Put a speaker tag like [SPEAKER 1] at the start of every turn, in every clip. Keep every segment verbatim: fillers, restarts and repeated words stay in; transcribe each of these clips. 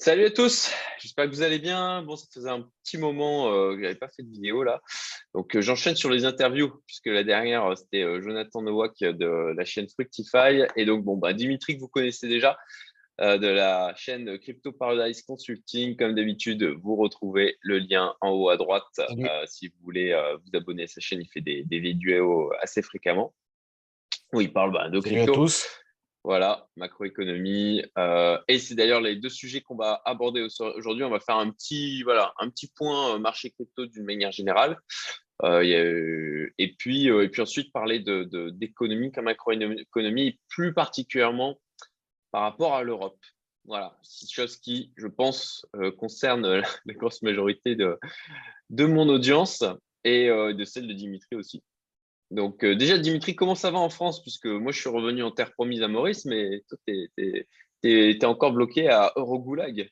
[SPEAKER 1] Salut à tous, j'espère que vous allez bien. Bon, ça faisait un petit moment euh, que j'avais pas fait de vidéo là. Donc, euh, j'enchaîne sur les interviews, puisque la dernière, euh, c'était euh, Jonathan Nowak de la chaîne Fructify. Et donc, bon, bah, Dimitri, que vous connaissez déjà, euh, de la chaîne Crypto Paradise Consulting. Comme d'habitude, vous retrouvez le lien en haut à droite
[SPEAKER 2] Salut.
[SPEAKER 1] euh, si vous voulez euh, vous abonner à sa chaîne. Il fait des, des vidéos assez fréquemment où il parle bah, de
[SPEAKER 2] Salut à
[SPEAKER 1] crypto.
[SPEAKER 2] tous.
[SPEAKER 1] Voilà, macroéconomie. Euh, et c'est d'ailleurs les deux sujets qu'on va aborder aujourd'hui. On va faire un petit, voilà, un petit point euh, marché crypto d'une manière générale. Euh, il y a, euh, et puis, euh, et puis ensuite parler de, de- d'économie comme macroéconomie, et plus particulièrement par rapport à l'Europe. Voilà, c'est une chose qui, je pense, euh, concerne la, la grosse majorité de, de mon audience et euh, de celle de Dimitri aussi. Donc, euh, déjà, Dimitri, comment ça va en France? Puisque moi, je suis revenu en terre promise à Maurice, mais toi, t'es, t'es, t'es- t'es encore bloqué à Eurogoulag.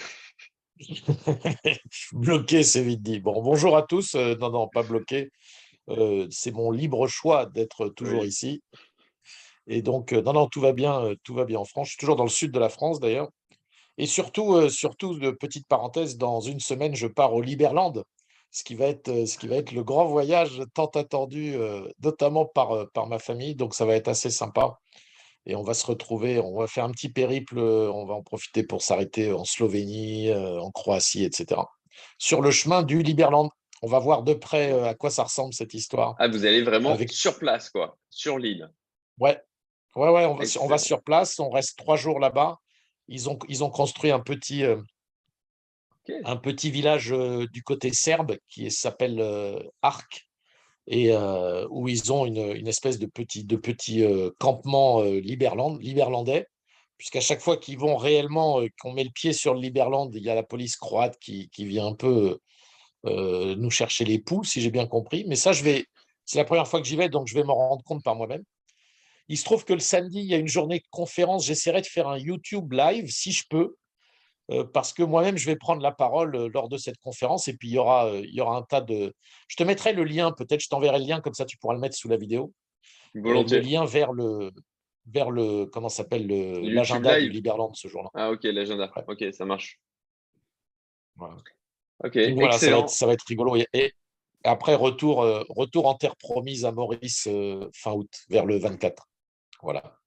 [SPEAKER 2] Bloqué, c'est vite dit. Bon, bonjour à tous. Euh, non, non, pas bloqué. Euh, c'est mon libre choix d'être toujours
[SPEAKER 1] Oui.
[SPEAKER 2] ici. Et donc, euh, non, non, tout va bien, euh, tout va bien en France. Je suis toujours dans le sud de la France d'ailleurs. Et surtout, euh, surtout, de petite parenthèse, dans une semaine, je pars au Liberland, ce qui va être, euh, ce qui va être le grand voyage tant attendu, euh, notamment par, euh, par ma famille. Donc, ça va être assez sympa. Et on va se retrouver, on va faire un petit périple, euh, on va en profiter pour s'arrêter en Slovénie, euh, en Croatie, et cetera. Sur le chemin du Liberland, on va voir de près euh, à quoi ça ressemble cette histoire.
[SPEAKER 1] Ah, vous allez vraiment
[SPEAKER 2] Avec,
[SPEAKER 1] sur place, quoi, sur l'île.
[SPEAKER 2] ouais, ouais, ouais, on va, sur- on va
[SPEAKER 1] Excellent.
[SPEAKER 2] sur place, on reste trois jours là-bas. Ils ont, ils ont construit un petit, euh,
[SPEAKER 1] Ok.
[SPEAKER 2] un petit village euh, du côté serbe qui s'appelle euh, Arc et euh, où ils ont une, une espèce de petit, de petit euh, campement euh, Liberland, liberlandais, puisqu'à chaque fois qu'ils vont réellement, euh, qu'on met le pied sur le Liberland, il y a la police croate qui, qui vient un peu euh, nous chercher les poux, si j'ai bien compris. Mais ça, je vais, c'est la première fois que j'y vais, donc je vais m'en rendre compte par moi-même. Il se trouve que le samedi, il y a une journée de conférence. J'essaierai de faire un YouTube live, si je peux, euh, parce que moi-même, je vais prendre la parole euh, lors de cette conférence et puis il y aura, euh, il y aura un tas de… Je te mettrai le lien, peut-être je t'enverrai le lien, comme ça tu pourras le mettre sous la vidéo, euh, le
[SPEAKER 1] Volontiers.
[SPEAKER 2] lien vers le, vers le, comment ça s'appelle, le-
[SPEAKER 1] YouTube
[SPEAKER 2] l'agenda du
[SPEAKER 1] live.
[SPEAKER 2] Liberland ce jour-là.
[SPEAKER 1] Ah, ok, l'agenda.
[SPEAKER 2] Ouais,
[SPEAKER 1] Ok, ça marche.
[SPEAKER 2] voilà.
[SPEAKER 1] Ok,
[SPEAKER 2] Donc voilà, ça va être,
[SPEAKER 1] excellent.
[SPEAKER 2] ça va être rigolo. Et, et après, retour, euh, retour en terre promise à Maurice euh, fin août, vers le vingt-quatre. Voilà.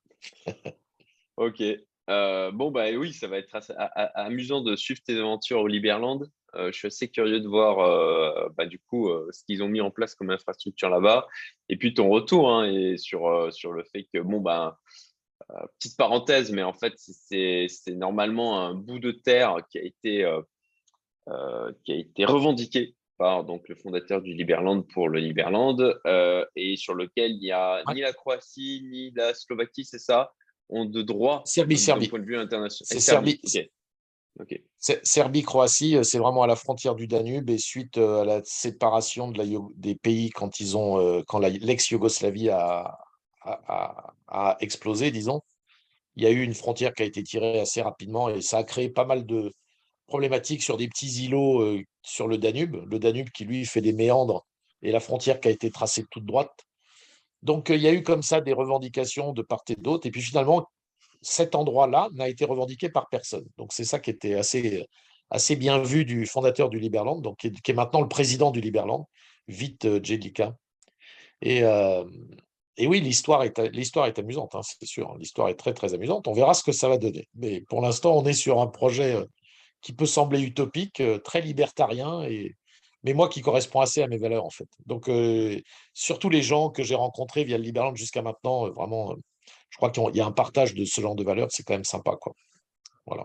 [SPEAKER 1] Ok. Euh, bon, bah oui, ça va être assez- a- a- amusant de suivre tes aventures au Liberland. Euh, je suis assez curieux de voir euh, bah, du coup euh, ce qu'ils ont mis en place comme infrastructure là-bas. Et puis ton retour hein, et sur, euh, sur le fait que, bon, bah, petite parenthèse, mais en fait, c'est c'est normalement un bout de terre qui a été, euh, euh, qui a été revendiqué par donc, le fondateur du Liberland pour le Liberland euh, et sur lequel il n'y a
[SPEAKER 2] Ouais.
[SPEAKER 1] ni la Croatie ni la Slovaquie, c'est ça, ont de droit
[SPEAKER 2] Serbie,
[SPEAKER 1] d'un
[SPEAKER 2] Serbie.
[SPEAKER 1] point de vue international. Et
[SPEAKER 2] C'est
[SPEAKER 1] Serbie,
[SPEAKER 2] Serbie.
[SPEAKER 1] ok. Ok.
[SPEAKER 2] C'est- Serbie-Croatie, euh, c'est vraiment à la frontière du Danube et suite euh, à la séparation de la, Yo- des pays quand ils ont, euh, quand la- l'ex-Yougoslavie a, a, a- a explosé, disons, il y a eu une frontière qui a été tirée assez rapidement et ça a créé pas mal de problématiques sur des petits îlots euh, sur le Danube. Le Danube qui, lui, fait des méandres et la frontière qui a été tracée toute droite. Donc, euh, il y a eu comme ça des revendications de part et d'autre. Et puis finalement, cet endroit-là n'a été revendiqué par personne. Donc, c'est ça qui était assez, assez bien vu du fondateur du Liberland, donc, qui, est, qui est maintenant le président du Liberland, Vít euh, Jedlička. Et, euh, et oui, l'histoire est, l'histoire est amusante, hein, c'est sûr. L'histoire est très, très amusante. On verra ce que ça va donner. Mais pour l'instant, on est sur un projet euh, qui peut sembler utopique, euh, très libertarien, et, mais moi qui correspond assez à mes valeurs, en fait. Donc, euh, surtout les gens que j'ai rencontrés via le Liberland jusqu'à maintenant, euh, vraiment, euh, je crois qu'il y a un partage de ce genre de valeurs, c'est quand même sympa, quoi. Voilà.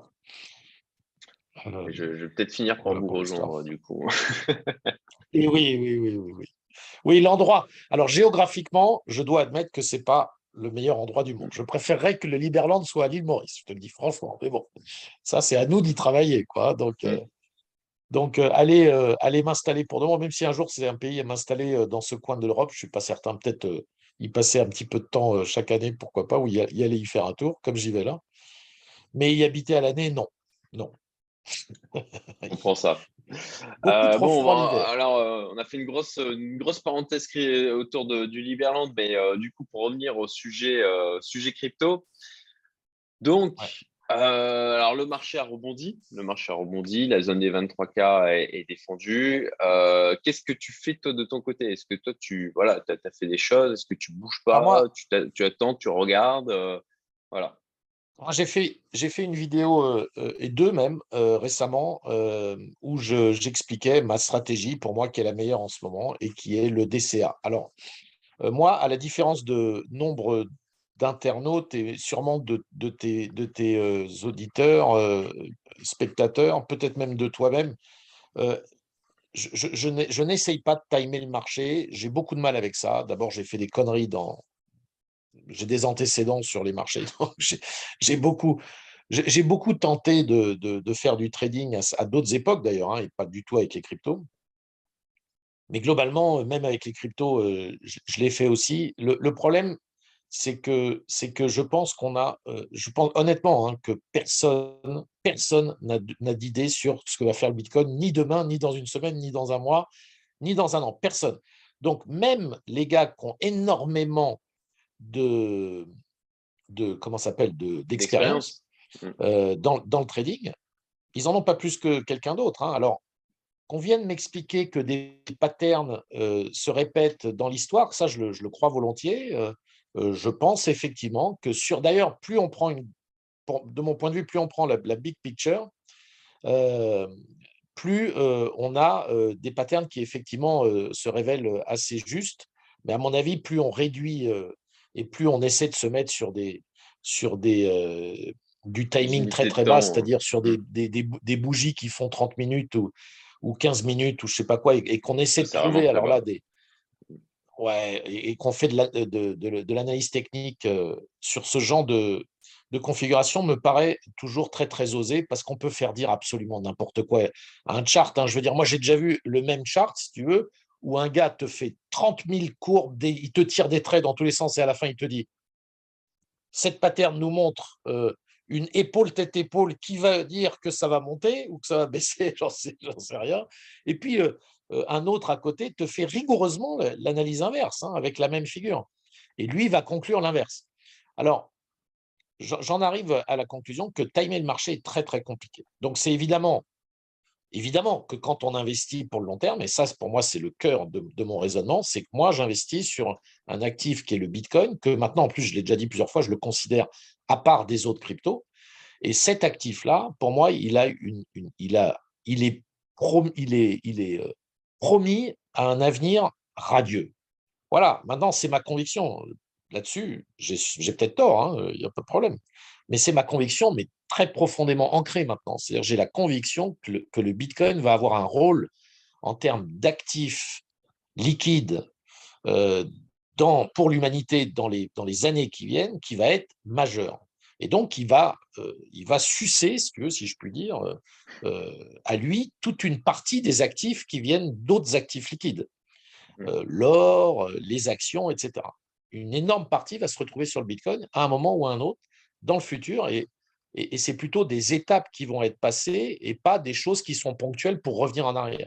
[SPEAKER 2] Euh,
[SPEAKER 1] Et je, je vais peut-être finir par
[SPEAKER 2] voilà
[SPEAKER 1] vous
[SPEAKER 2] pour l'histoire.
[SPEAKER 1] rejoindre du coup.
[SPEAKER 2] Et oui, oui, oui, oui, oui. Oui, l'endroit. Alors, géographiquement, je dois admettre que c'est pas le meilleur endroit du monde. Je préférerais que le Liberland soit à l'île Maurice, je te le dis franchement. Mais bon, ça, c'est à nous d'y travailler, quoi. Donc, euh,
[SPEAKER 1] Hmm.
[SPEAKER 2] donc euh, aller, euh, aller m'installer pour de bon, même si un jour c'est un pays à m'installer euh, dans ce coin de l'Europe, je suis pas certain. Peut-être euh, y passer un petit peu de temps euh, chaque année, pourquoi pas, ou y, a- y aller y faire un tour, comme j'y vais là. Mais y habiter à l'année, non. Non.
[SPEAKER 1] Je comprends ça.
[SPEAKER 2] Beaucoup
[SPEAKER 1] Euh,
[SPEAKER 2] trop
[SPEAKER 1] bon, on
[SPEAKER 2] froid
[SPEAKER 1] va-
[SPEAKER 2] l'hiver.
[SPEAKER 1] alors, euh, on a fait une grosse, une grosse parenthèse cré- autour de, du Liberland, mais euh, du coup, pour revenir au sujet, euh, sujet crypto, donc,
[SPEAKER 2] Ouais.
[SPEAKER 1] Euh, alors, le marché a rebondi. Le marché a rebondi. La zone des vingt-trois K est, est défendue. Euh, qu'est-ce que tu fais, toi, de ton côté? Est-ce que toi, tu voilà, t'as, t'as fait des choses? Est-ce que tu bouges
[SPEAKER 2] Alors
[SPEAKER 1] pas?
[SPEAKER 2] moi,
[SPEAKER 1] Tu, t'a- tu attends, tu regardes? euh, voilà.
[SPEAKER 2] moi, j'ai fait, j'ai fait une vidéo, euh, euh, et deux même, euh, récemment, euh, où je, j'expliquais ma stratégie, pour moi, qui est la meilleure en ce moment, et qui est le D C A. Alors, Euh, moi, à la différence de nombre d'internautes et sûrement de, de tes, de tes euh, auditeurs, euh, spectateurs, peut-être même de toi-même, euh, je, je, je n'ai- je n'essaye pas de timer le marché. J'ai beaucoup de mal avec ça. D'abord, j'ai fait des conneries dans. J'ai des antécédents sur les marchés. Donc j'ai j'ai beaucoup, j'ai j'ai beaucoup tenté de, de, de faire du trading à, à d'autres époques d'ailleurs, hein, et pas du tout avec les cryptos. Mais globalement, euh, même avec les cryptos, euh, je, je l'ai fait aussi. Le, le problème, c'est que, c'est que je pense qu'on a, euh, je pense honnêtement hein, que personne, personne n'a n'a d'idée sur ce que va faire le Bitcoin, ni demain, ni dans une semaine, ni dans un mois, ni dans un an. Personne. Donc, même les gars qui ont énormément de, de comment ça s'appelle, de,
[SPEAKER 1] D'expérience?
[SPEAKER 2] d'expérience
[SPEAKER 1] Mm.
[SPEAKER 2] euh, dans, dans le trading, ils n'en ont pas plus que quelqu'un d'autre. Hein. Alors, qu'on vienne m'expliquer que des patterns euh, se répètent dans l'histoire, ça, je le, je le crois volontiers. Euh, euh, je pense effectivement que sur, d'ailleurs, plus on prend une, pour- de mon point de vue, plus on prend la, la big picture, euh, plus euh, on a euh, des patterns qui effectivement euh, se révèlent assez justes. Mais à mon avis, plus on réduit euh, et plus on essaie de se mettre sur des, sur des, euh, du
[SPEAKER 1] Des
[SPEAKER 2] timing très
[SPEAKER 1] unités de
[SPEAKER 2] très bas,
[SPEAKER 1] temps.
[SPEAKER 2] c'est-à-dire sur
[SPEAKER 1] Hein.
[SPEAKER 2] des, des, des, des bougies qui font trente minutes ou, ou quinze minutes ou je sais pas quoi, et, et qu'on essaie
[SPEAKER 1] Mm.
[SPEAKER 2] de
[SPEAKER 1] C'est vraiment
[SPEAKER 2] trouver,
[SPEAKER 1] très
[SPEAKER 2] alors
[SPEAKER 1] bas.
[SPEAKER 2] là, des, ouais, et, et qu'on fait de, la, de, de, de l'analyse technique euh, sur ce genre de, de configuration me paraît toujours très très osé parce qu'on peut faire dire absolument n'importe quoi à un chart. Hein. Je veux dire, moi j'ai déjà vu le même chart, si tu veux, où un gars te fait trente mille courbes, des, il te tire des traits dans tous les sens et à la fin il te dit cette pattern nous montre euh, une épaule tête épaule qui va dire que ça va monter ou que ça va baisser, j'en sais, j'en sais rien. Et puis euh, euh, un autre à côté te fait rigoureusement l'analyse inverse hein, avec la même figure. Et lui va conclure l'inverse. Alors, j'en arrive à la conclusion que timer le marché est très très compliqué. Donc c'est évidemment Évidemment que quand on investit pour le long terme, et ça pour moi c'est le cœur de, de mon raisonnement, c'est que moi j'investis sur un actif qui est le Bitcoin, que maintenant en plus je l'ai déjà dit plusieurs fois, je le considère à part des autres cryptos. Et cet actif-là, pour moi, il a une, une- il a, il est promis, il est, il est euh, promis à un avenir radieux. Voilà, maintenant, c'est ma conviction. Là-dessus, j'ai j'ai peut-être tort, hein, il n'y a pas de problème. Mais c'est ma conviction, mais très profondément ancrée maintenant. C'est-à-dire, j'ai la conviction que le, que le Bitcoin va avoir un rôle en termes d'actifs liquides euh, dans, pour l'humanité dans les, dans les années qui viennent, qui va être majeur. Et donc, il va, euh, il va sucer, si, tu veux, si je puis dire, euh, euh, à lui toute une partie des actifs qui viennent d'autres actifs liquides
[SPEAKER 1] Mm.
[SPEAKER 2] euh, l'or, euh, les actions, et cetera. Une énorme partie va se retrouver sur le Bitcoin à un moment ou à un autre dans le futur et, et, et c'est plutôt des étapes qui vont être passées et pas des choses qui sont ponctuelles pour revenir en arrière.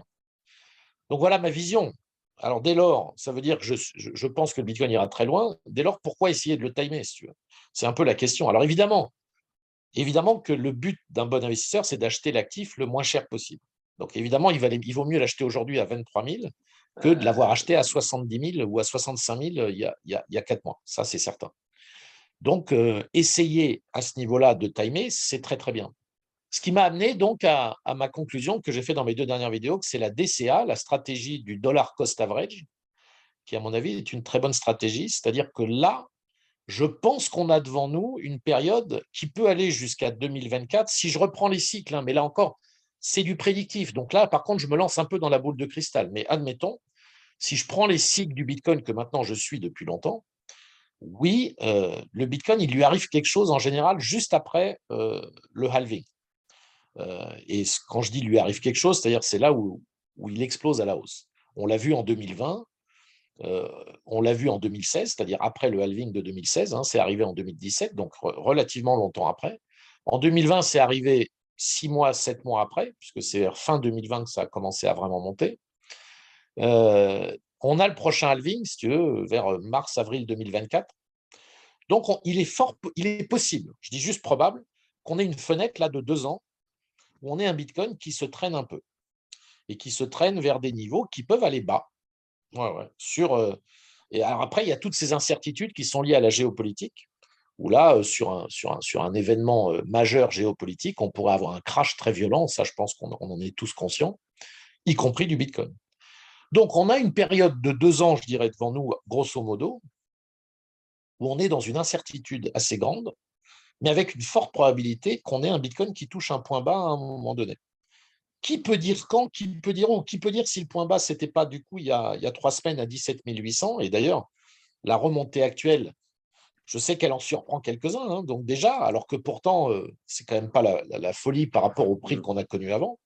[SPEAKER 2] Donc voilà ma vision. Alors dès lors, ça veut dire que je, je, je pense que le Bitcoin ira très loin. Dès lors, pourquoi essayer de le timer, si tu veux? C'est un peu la question. Alors évidemment, évidemment que le but d'un bon investisseur, c'est d'acheter l'actif le moins cher possible. Donc évidemment, il, va, il vaut mieux l'acheter aujourd'hui à vingt-trois mille que de l'avoir
[SPEAKER 1] Euh,
[SPEAKER 2] acheté à soixante-dix mille ou à soixante-cinq mille il y a, il y a, il y a quatre mois. Ça, c'est certain. Donc, euh, essayer à ce niveau-là de timer, c'est très, très bien. Ce qui m'a amené donc à, à ma conclusion que j'ai fait dans mes deux dernières vidéos, que c'est la D C A, la stratégie du dollar cost average, qui, à mon avis, est une très bonne stratégie. C'est-à-dire que là, je pense qu'on a devant nous une période qui peut aller jusqu'à deux mille vingt-quatre. Si je reprends les cycles, hein, mais là encore, c'est du prédictif. Donc là, par contre, je me lance un peu dans la boule de cristal. Mais admettons, si je prends les cycles du Bitcoin que maintenant je suis depuis longtemps, oui, euh, le Bitcoin, il lui arrive quelque chose en général juste après euh, le halving. Euh, et quand je dis lui arrive quelque chose, c'est-à-dire c'est là où, où il explose à la hausse. On l'a vu en deux mille vingt, euh, on l'a vu en deux mille seize, c'est-à-dire après le halving de deux mille seize, hein, c'est arrivé en deux mille dix-sept, donc re relativement longtemps après. En deux mille vingt, c'est arrivé six mois, sept mois après, puisque c'est vers fin deux mille vingt que ça a commencé à vraiment monter. Euh, on a le prochain halving, si tu veux, vers mars-avril deux mille vingt-quatre. Donc, on, il, est fort, il est possible, je dis juste probable, qu'on ait une fenêtre là de deux ans où on ait un Bitcoin qui se traîne un peu et qui se traîne vers des niveaux qui peuvent aller bas. Ouais, ouais, sur, euh, et alors après, il y a toutes ces incertitudes qui sont liées à la géopolitique, où là, euh, sur un, sur un, sur un événement euh, majeur géopolitique, on pourrait avoir un crash très violent, ça je pense qu'on on en est tous conscients, y compris du Bitcoin. Donc on a une période de deux ans, je dirais, devant nous, grosso modo, où on est dans une incertitude assez grande, mais avec une forte probabilité qu'on ait un Bitcoin qui touche un point bas à un moment donné. Qui peut dire quand, qui peut dire où, qui peut dire si le point bas, ce n'était pas du coup il y, a, il y a trois semaines à dix-sept mille huit cents, et d'ailleurs, la remontée actuelle, je sais qu'elle en surprend quelques-uns, hein, donc déjà, alors que pourtant, euh, c'est quand même pas la, la, la folie par rapport au prix
[SPEAKER 1] Mm.
[SPEAKER 2] qu'on a connu avant,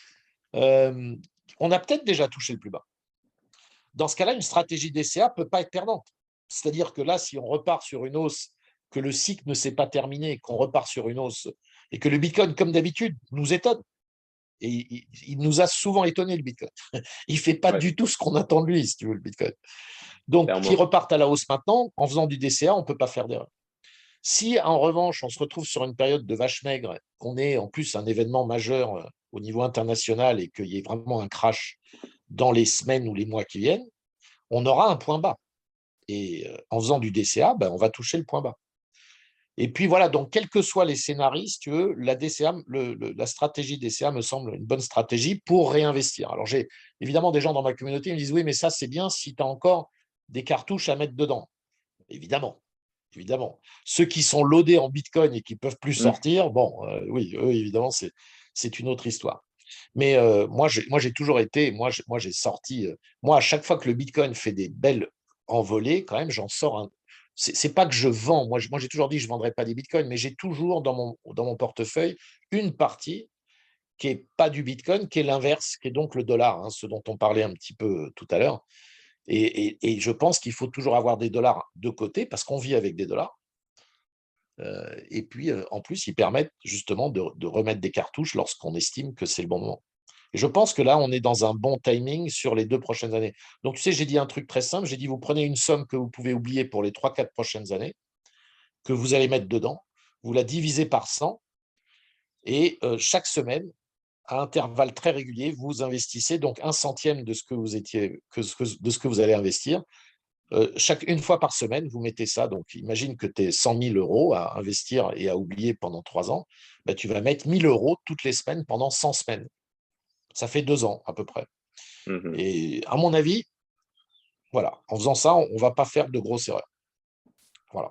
[SPEAKER 2] euh, on a peut-être déjà touché le plus bas. Dans ce cas-là, une stratégie D C A ne peut pas être perdante. C'est-à-dire que là, si on repart sur une hausse, que le cycle ne s'est pas terminé, qu'on repart sur une hausse, et que le Bitcoin, comme d'habitude, nous étonne, et il, il nous a souvent étonné, le Bitcoin. Il ne fait pas
[SPEAKER 1] Ouais,
[SPEAKER 2] du tout ce qu'on attend de lui, si tu veux, le Bitcoin. Donc, qu'il
[SPEAKER 1] clairement.
[SPEAKER 2] reparte à la hausse maintenant, en faisant du D C A, on ne peut pas faire d'erreur. Si, en revanche, on se retrouve sur une période de vache maigre, qu'on ait en plus un événement majeur euh, au niveau international et qu'il y ait vraiment un crash dans les semaines ou les mois qui viennent, on aura un point bas. Et euh, en faisant du D C A, ben, on va toucher le point bas. Et puis voilà, donc quels que soient les scénarios, si tu veux, la, D C A, le, le, la stratégie D C A me semble une bonne stratégie pour réinvestir. Alors j'ai évidemment des gens dans ma communauté qui me disent oui, mais ça c'est bien si tu as encore des cartouches à mettre dedans. Évidemment, évidemment. Ceux qui sont loadés en Bitcoin et qui ne peuvent plus
[SPEAKER 1] Mm.
[SPEAKER 2] sortir, bon, euh, oui, eux, évidemment, c'est, c'est une autre histoire. Mais euh, moi, j'ai, moi, j'ai toujours été, moi, j'ai, moi, j'ai sorti, euh, moi, à chaque fois que le Bitcoin fait des belles envolées, quand même, j'en sors un. C'est, c'est pas que je vends, moi, moi j'ai toujours dit que je ne vendrais pas des Bitcoins, mais j'ai toujours dans mon, dans mon portefeuille une partie qui n'est pas du Bitcoin, qui est l'inverse, qui est donc le dollar, hein, ce dont on parlait un petit peu tout à l'heure. Et, et, et je pense qu'il faut toujours avoir des dollars de côté parce qu'on vit avec des dollars. Euh, et puis, euh, en plus, ils permettent justement de, de remettre des cartouches lorsqu'on estime que c'est le bon moment. Et je pense que là, on est dans un bon timing sur les deux prochaines années. Donc, tu sais, j'ai dit un truc très simple. J'ai dit, vous prenez une somme que vous pouvez oublier pour les trois quatre prochaines années, que vous allez mettre dedans, vous la divisez par cent, et euh, chaque semaine, à intervalles très réguliers, vous investissez donc un centième de ce que vous étiez, que, de ce que vous allez investir. Euh, chaque, une fois par semaine, vous mettez ça. Donc, imagine que tu es cent mille euros à investir et à oublier pendant trois ans. Ben, tu vas mettre mille euros toutes les semaines pendant cent semaines. Ça fait deux ans à peu près.
[SPEAKER 1] Mm-hmm.
[SPEAKER 2] Et à mon avis, voilà, en faisant ça, on ne va pas faire de grosses erreurs. Voilà.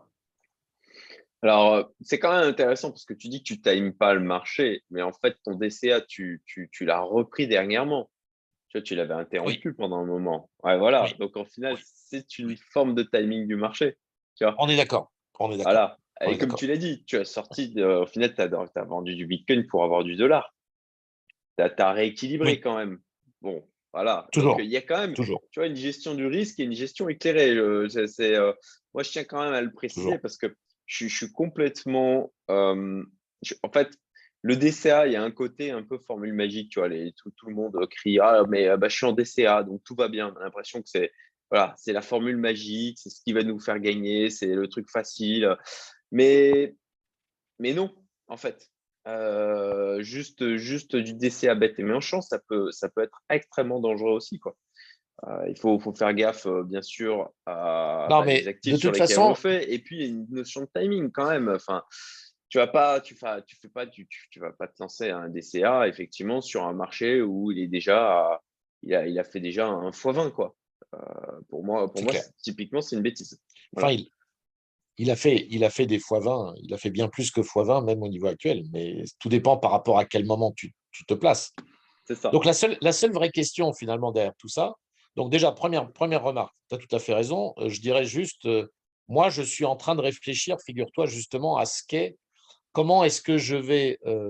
[SPEAKER 1] Alors, euh, c'est quand même intéressant parce que tu dis que tu times pas le marché, mais en fait, ton D C A, tu, tu, tu l'as repris dernièrement. Tu vois, tu l'avais
[SPEAKER 2] Oui,
[SPEAKER 1] interrompu pendant un moment. Ouais, voilà.
[SPEAKER 2] oui,
[SPEAKER 1] Donc, au final,
[SPEAKER 2] oui.
[SPEAKER 1] c'est une
[SPEAKER 2] Oui.
[SPEAKER 1] forme de timing du marché. Tu vois,
[SPEAKER 2] On est d'accord. On est d'accord.
[SPEAKER 1] voilà.
[SPEAKER 2] On
[SPEAKER 1] Et
[SPEAKER 2] est
[SPEAKER 1] comme
[SPEAKER 2] d'accord.
[SPEAKER 1] tu l'as dit, tu as sorti, de- au final, tu as, vendu du Bitcoin pour avoir du dollar. Tu as, rééquilibré
[SPEAKER 2] Oui,
[SPEAKER 1] quand même. Bon, voilà. Donc, il
[SPEAKER 2] toujours.
[SPEAKER 1] y a quand même,
[SPEAKER 2] Toujours.
[SPEAKER 1] tu vois, une gestion du risque et une gestion éclairée. Euh, c'est, c'est, euh, moi, je tiens quand même à le préciser
[SPEAKER 2] Toujours.
[SPEAKER 1] parce que je, je suis complètement. Euh, je- en fait, le D C A, il y a un côté un peu formule magique. Tu vois, les, tout, tout le monde crie ah, mais euh, bah, je suis en D C A, donc tout va bien. On a l'impression que c'est voilà, c'est la formule magique, c'est ce qui va nous faire gagner, c'est le truc facile. Mais mais non, en fait. Euh, juste, juste du D C A bête et méchant, ça peut, ça peut être extrêmement dangereux aussi, quoi. Euh, il faut, faut faire gaffe, euh, bien sûr, à
[SPEAKER 2] Non,
[SPEAKER 1] bah, les
[SPEAKER 2] mais de
[SPEAKER 1] actifs sur
[SPEAKER 2] toute
[SPEAKER 1] lesquels on le
[SPEAKER 2] façon,
[SPEAKER 1] fait. Et puis, il y a une notion de timing quand même. Enfin, tu vas pas, tu fais, tu fais pas, tu, tu, tu vas pas te lancer à un D C A, effectivement, sur un marché où il est déjà, à- il a, il a fait déjà un fois vingt, quoi. Euh, pour moi, pour
[SPEAKER 2] c'est
[SPEAKER 1] moi,
[SPEAKER 2] clair.
[SPEAKER 1] c'est- typiquement, c'est une bêtise.
[SPEAKER 2] Enfin,
[SPEAKER 1] Voilà,
[SPEAKER 2] il, il a fait, il a fait des fois vingt, il a fait bien plus que fois vingt, même au niveau actuel. Mais tout dépend par rapport à quel moment tu, tu te places.
[SPEAKER 1] c'est ça.
[SPEAKER 2] Donc, la seule, la seule vraie question, finalement, derrière tout ça, donc déjà, première, première remarque, tu as tout à fait raison, euh, je dirais juste, euh, moi, je suis en train de réfléchir, figure-toi, justement, à ce qu'est, comment est-ce que je vais euh,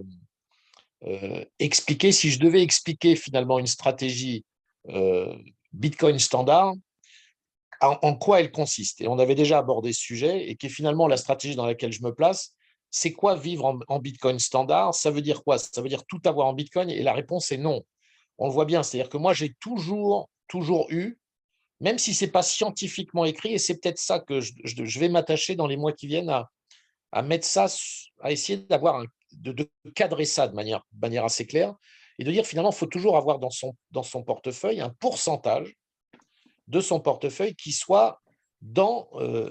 [SPEAKER 2] euh, expliquer, si je devais expliquer finalement une stratégie euh, Bitcoin standard, en, en quoi elle consiste. Et on avait déjà abordé ce sujet, et qui est finalement la stratégie dans laquelle je me place. C'est quoi vivre en, en Bitcoin standard? Ça veut dire quoi? Ça veut dire tout avoir en Bitcoin? Et la réponse est non. On le voit bien, c'est-à-dire que moi, j'ai toujours, toujours eu, même si ce n'est pas scientifiquement écrit, et c'est peut-être ça que je, je, je vais m'attacher dans les mois qui viennent à, à mettre ça, à essayer d'avoir un, de, de cadrer ça de manière, de manière assez claire et de dire finalement, il faut toujours avoir dans son, dans son portefeuille un pourcentage de son portefeuille qui soit dans, euh,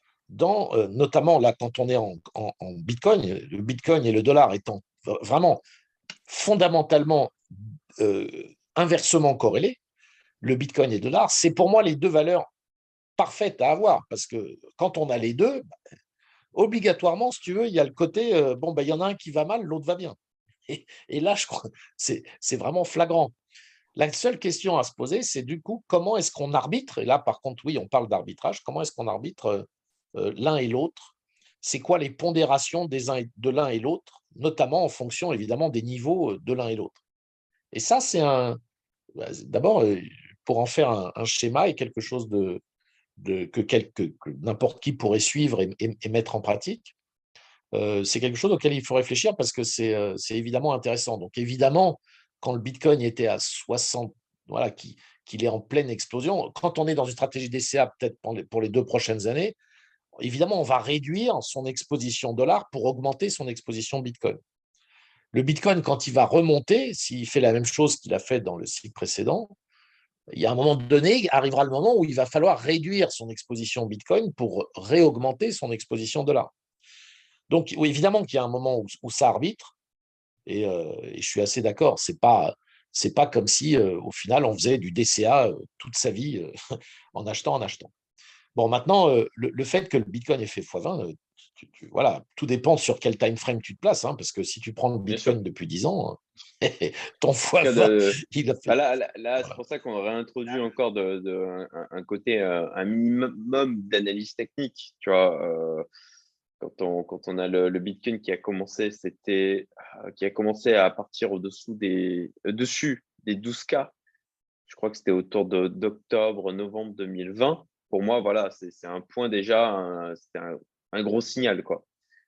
[SPEAKER 2] dans euh, notamment là, quand on est en, en, en Bitcoin, le Bitcoin et le dollar étant vraiment fondamentalement euh, inversement corrélés, le Bitcoin et le dollar, c'est pour moi les deux valeurs parfaites à avoir parce que quand on a les deux, obligatoirement, si tu veux, il y a le côté, euh, bon, ben, il y en a un qui va mal, l'autre va bien. Et, et là, je crois, c'est vraiment flagrant. La seule question à se poser, c'est du coup, comment est-ce qu'on arbitre? Et là, par contre, oui, on parle d'arbitrage. Comment est-ce qu'on arbitre euh, l'un et l'autre? C'est quoi les pondérations des uns et, de l'un et l'autre, notamment en fonction, évidemment, des niveaux de l'un et l'autre? Et ça, c'est un… D'abord, euh, pour en faire un, un schéma et quelque chose de, de, que, que, que n'importe qui pourrait suivre et, et, et mettre en pratique, euh, c'est quelque chose auquel il faut réfléchir parce que c'est euh, évidemment intéressant. Donc évidemment, quand le Bitcoin était à soixante, voilà, qu'il qu'il est en pleine explosion, quand on est dans une stratégie D C A peut-être pour les, pour les deux prochaines années, évidemment, on va réduire son exposition dollar pour augmenter son exposition Bitcoin. Le Bitcoin, quand il va remonter, s'il fait la même chose qu'il a fait dans le cycle précédent, il y a un moment donné, arrivera le moment où il va falloir réduire son exposition Bitcoin pour réaugmenter son exposition dollar. Donc, oui, évidemment qu'il y a un moment où, où ça arbitre, et, euh, et, je suis assez d'accord. C'est pas, c'est pas comme si, euh, au final, on faisait du D C A euh, toute sa vie euh, en achetant, en achetant. Bon, maintenant, euh, le, le, fait que le Bitcoin ait fait fois vingt, euh, tu, tu, voilà, tout dépend sur quel time frame tu te places, hein, parce que si tu prends le Bitcoin depuis dix ans, ton fois vingt,
[SPEAKER 1] de…
[SPEAKER 2] il a fait…
[SPEAKER 1] Bah là, là, là
[SPEAKER 2] Voilà.
[SPEAKER 1] c'est pour ça qu'on réintroduit encore de, de, un, un côté, euh, un minimum d'analyse technique, tu vois. Euh, quand on, quand on a le, le Bitcoin qui a commencé, c'était, euh, qui a commencé à partir au-dessous des, euh, dessus des douze K. Je crois que c'était autour d'octobre, novembre deux mille vingt. Pour moi, voilà, c'est un point déjà, c'était un, un, gros signal, quoi.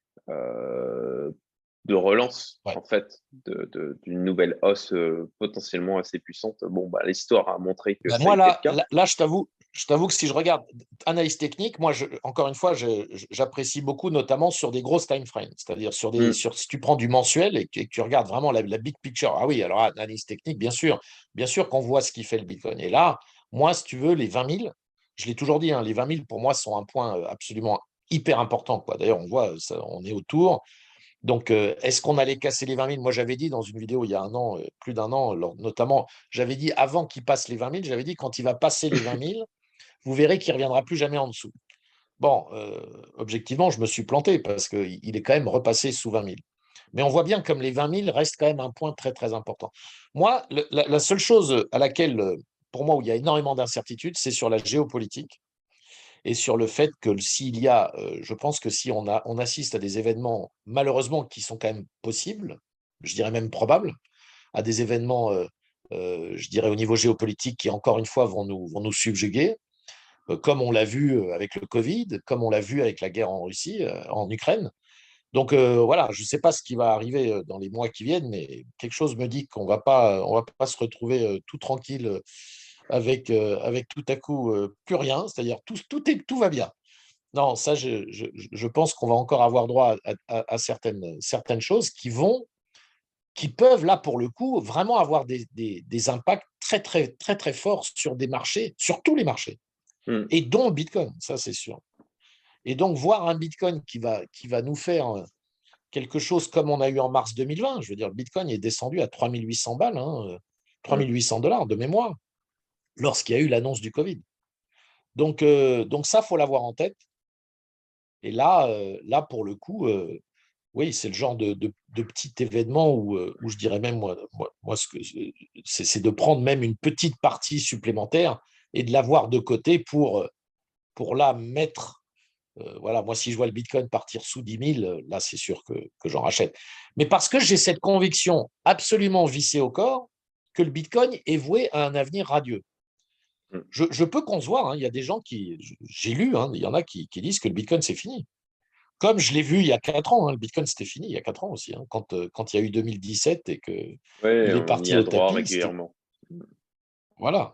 [SPEAKER 1] Euh, de relance,
[SPEAKER 2] Ouais.
[SPEAKER 1] en fait, d'une de, de, nouvelle hausse euh, potentiellement assez puissante. Bon, bah, l'histoire a montré que
[SPEAKER 2] Ben
[SPEAKER 1] ça a
[SPEAKER 2] moi,
[SPEAKER 1] été
[SPEAKER 2] là,
[SPEAKER 1] le cas.
[SPEAKER 2] là, là je t'avoue, je t'avoue que si je regarde analyse technique, moi, je, encore une fois, j'apprécie beaucoup, notamment sur des grosses time frames, c'est-à-dire sur des,
[SPEAKER 1] Mm.
[SPEAKER 2] sur, si tu prends du mensuel et que, et que tu regardes vraiment la, la big picture. Ah oui, alors analyse technique, bien sûr, bien sûr qu'on voit ce qui fait le Bitcoin. Et là, moi, si tu veux, les vingt mille, je l'ai toujours dit, hein, les vingt mille, pour moi, sont un point absolument hyper important, quoi. D'ailleurs, on voit, ça, on est autour. Donc, euh, est-ce qu'on allait casser les vingt mille? Moi, j'avais dit dans une vidéo il y a un an, euh, plus d'un an, lors- notamment, j'avais dit avant qu'il passe les vingt mille, j'avais dit quand il va passer les vingt mille, vous verrez qu'il ne reviendra plus jamais en dessous. Bon, euh, objectivement, je me suis planté parce qu'il est quand même repassé sous vingt mille. Mais on voit bien comme les vingt mille restent quand même un point très, très important. Moi, le, la, la, seule chose à laquelle, pour moi, où il y a énormément d'incertitudes, c'est sur la géopolitique et sur le fait que s'il y a, euh, je pense que si on, a, on assiste à des événements, malheureusement, qui sont quand même possibles, je dirais même probables, à des événements, euh, euh, je dirais, au niveau géopolitique qui, encore une fois, vont nous, vont nous subjuguer, euh, comme on l'a vu avec le Covid, comme on l'a vu avec la guerre en Russie, euh, en Ukraine. Donc euh, voilà, je ne sais pas ce qui va arriver dans les mois qui viennent, mais quelque chose me dit qu'on ne va pas, on va pas se retrouver euh, tout tranquille euh, avec, euh, avec tout à coup euh, plus rien, c'est-à-dire tout, tout, est, tout va bien. Non, ça, je, je, je pense qu'on va encore avoir droit à, à, à certaines, certaines choses qui vont, qui peuvent, là, pour le coup, vraiment avoir des, des, des impacts très, très, très, très forts sur des marchés, sur tous les marchés,
[SPEAKER 1] Mm.
[SPEAKER 2] et dont le Bitcoin, ça, c'est sûr. Et donc, voir un Bitcoin qui va, qui va nous faire quelque chose comme on a eu en mars deux mille vingt, je veux dire, le Bitcoin est descendu à trois mille huit cents balles, hein, trois mille huit cents dollars de mémoire, lorsqu'il y a eu l'annonce du Covid. Donc, euh, donc ça, il faut l'avoir en tête. Et là, euh, là pour le coup, euh, oui, c'est le genre de, de, de petit événement où, euh, où je dirais même, moi, moi, moi ce que c'est de prendre même une petite partie supplémentaire et de l'avoir de côté pour, pour la mettre. Euh, voilà, moi, si je vois le Bitcoin partir sous dix mille, là, c'est sûr que, que j'en rachète. Mais parce que j'ai cette conviction absolument vissée au corps que le Bitcoin est voué à un avenir radieux.
[SPEAKER 1] Mm.
[SPEAKER 2] Je, je peux concevoir, hein, il y a des gens qui, j'ai lu, hein, il y en a qui, qui disent que le Bitcoin, c'est fini. Comme je l'ai vu il y a quatre ans, hein, le Bitcoin, c'était fini il y a quatre ans aussi. Hein, quand, euh, quand il y a eu deux mille dix-sept et qu'il
[SPEAKER 1] Ouais,
[SPEAKER 2] est
[SPEAKER 1] on y
[SPEAKER 2] parti
[SPEAKER 1] a
[SPEAKER 2] au
[SPEAKER 1] droit
[SPEAKER 2] tapis, c'était…
[SPEAKER 1] régulièrement.
[SPEAKER 2] Voilà.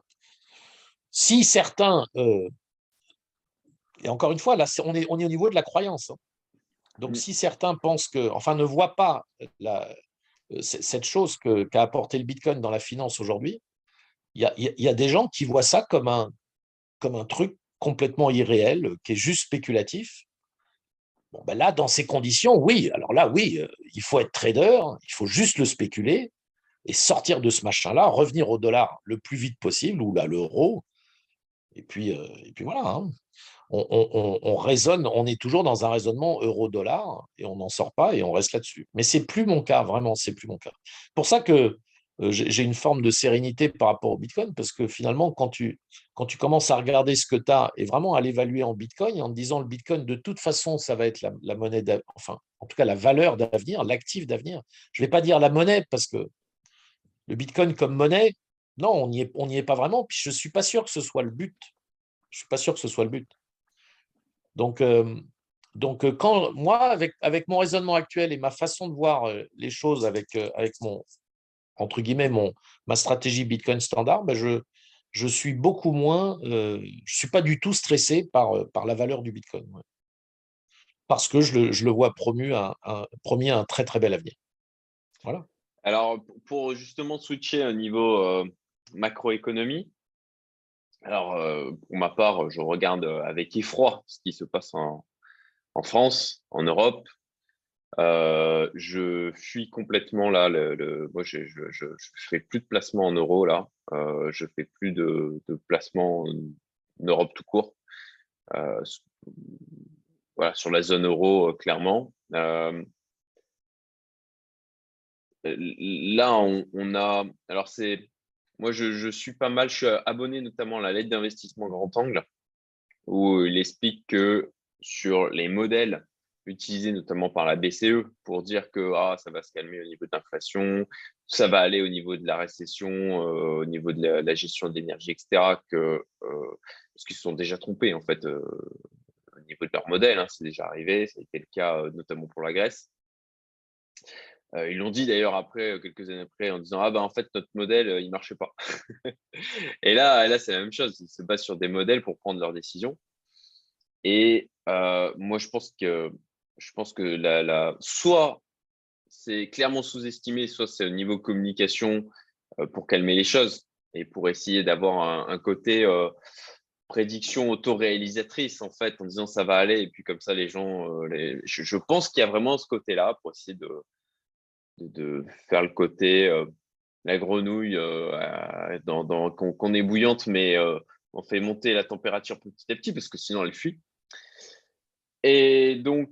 [SPEAKER 2] Si certains… Euh, et encore une fois, là, on est, on est au niveau de la croyance. Hein. Donc,
[SPEAKER 1] Mm.
[SPEAKER 2] si certains pensent que, enfin, ne voient pas la, cette chose que, qu'a apporté le Bitcoin dans la finance aujourd'hui, il y a, il y a des gens qui voient ça comme un, comme un truc complètement irréel, qui est juste spéculatif. Bon, ben là, dans ces conditions, oui. Alors là, oui, euh, il faut être trader, il faut juste le spéculer et sortir de ce machin-là, revenir au dollar le plus vite possible ou à l'euro. Et puis, euh, et puis voilà. Hein. On, on, on, on raisonne, on est toujours dans un raisonnement euro-dollar et on n'en sort pas et on reste là-dessus. Mais c'est plus mon cas, vraiment, c'est plus mon cas. Pour ça que euh, j'ai j'ai une forme de sérénité par rapport au Bitcoin, parce que finalement, quand tu, quand tu commences à regarder ce que tu as et vraiment à l'évaluer en Bitcoin, en te disant le Bitcoin, de toute façon, ça va être la, la monnaie, d'av- enfin, en tout cas, la valeur d'avenir, l'actif d'avenir. Je ne vais pas dire la monnaie, parce que le Bitcoin comme monnaie, non, on n'y est, on n'y est pas vraiment. Puis je ne suis pas sûr que ce soit le but. Je ne suis pas sûr que ce soit le but. Donc, euh, donc euh, quand moi, avec, avec mon raisonnement actuel et ma façon de voir euh, les choses avec, euh, avec mon, entre guillemets, mon, ma stratégie Bitcoin standard, ben je, je suis beaucoup moins, euh, je suis pas du tout stressé par, euh, par la valeur du Bitcoin. Ouais. Parce que je le, je le vois promu un, un, promis à un très, très bel avenir. Voilà.
[SPEAKER 1] Alors, pour justement switcher au niveau euh, macroéconomie, alors euh, pour ma part, je regarde avec effroi ce qui se passe en, en France, en Europe. Euh, je fuis complètement là. Le, le- moi, je, je, je, je fais plus de placement en euros là. Euh, je fais plus de, de placement en Europe tout court. Euh, voilà, sur la zone euro, euh, clairement. Euh, là, on, on a. Alors, c'est. Moi, je, je suis pas mal. Je suis abonné notamment à la lettre d'investissement Grand Angle, où il explique que sur les modèles utilisés notamment par la B C E pour dire que ah, ça va se calmer au niveau de l'inflation, ça va aller au niveau de la récession, euh, au niveau de la, la gestion de l'énergie, et cetera, que, euh, parce qu'ils se sont déjà trompés en fait euh, au niveau de leur modèle, hein, c'est déjà arrivé, ça a été le cas euh, notamment pour la Grèce. Euh, ils l'ont dit d'ailleurs après, euh, quelques années après, en disant ah bah en fait notre modèle euh, il marchait pas. Et là, là c'est la même chose, ils se basent sur des modèles pour prendre leurs décisions. Et euh, moi, je pense que, je pense que la, la, soit c'est clairement sous-estimé, soit c'est au niveau communication euh, pour calmer les choses et pour essayer d'avoir un, un côté euh, prédiction autoréalisatrice, en fait, en disant ça va aller. Et puis comme ça, les gens, euh, les... Je, je, pense qu'il y a vraiment ce côté-là pour essayer de, de, de faire le côté euh, la grenouille euh, dans, dans, qu'on qu'on est bouillante, mais euh, on fait monter la température petit à petit parce que sinon elle fuit. Et donc,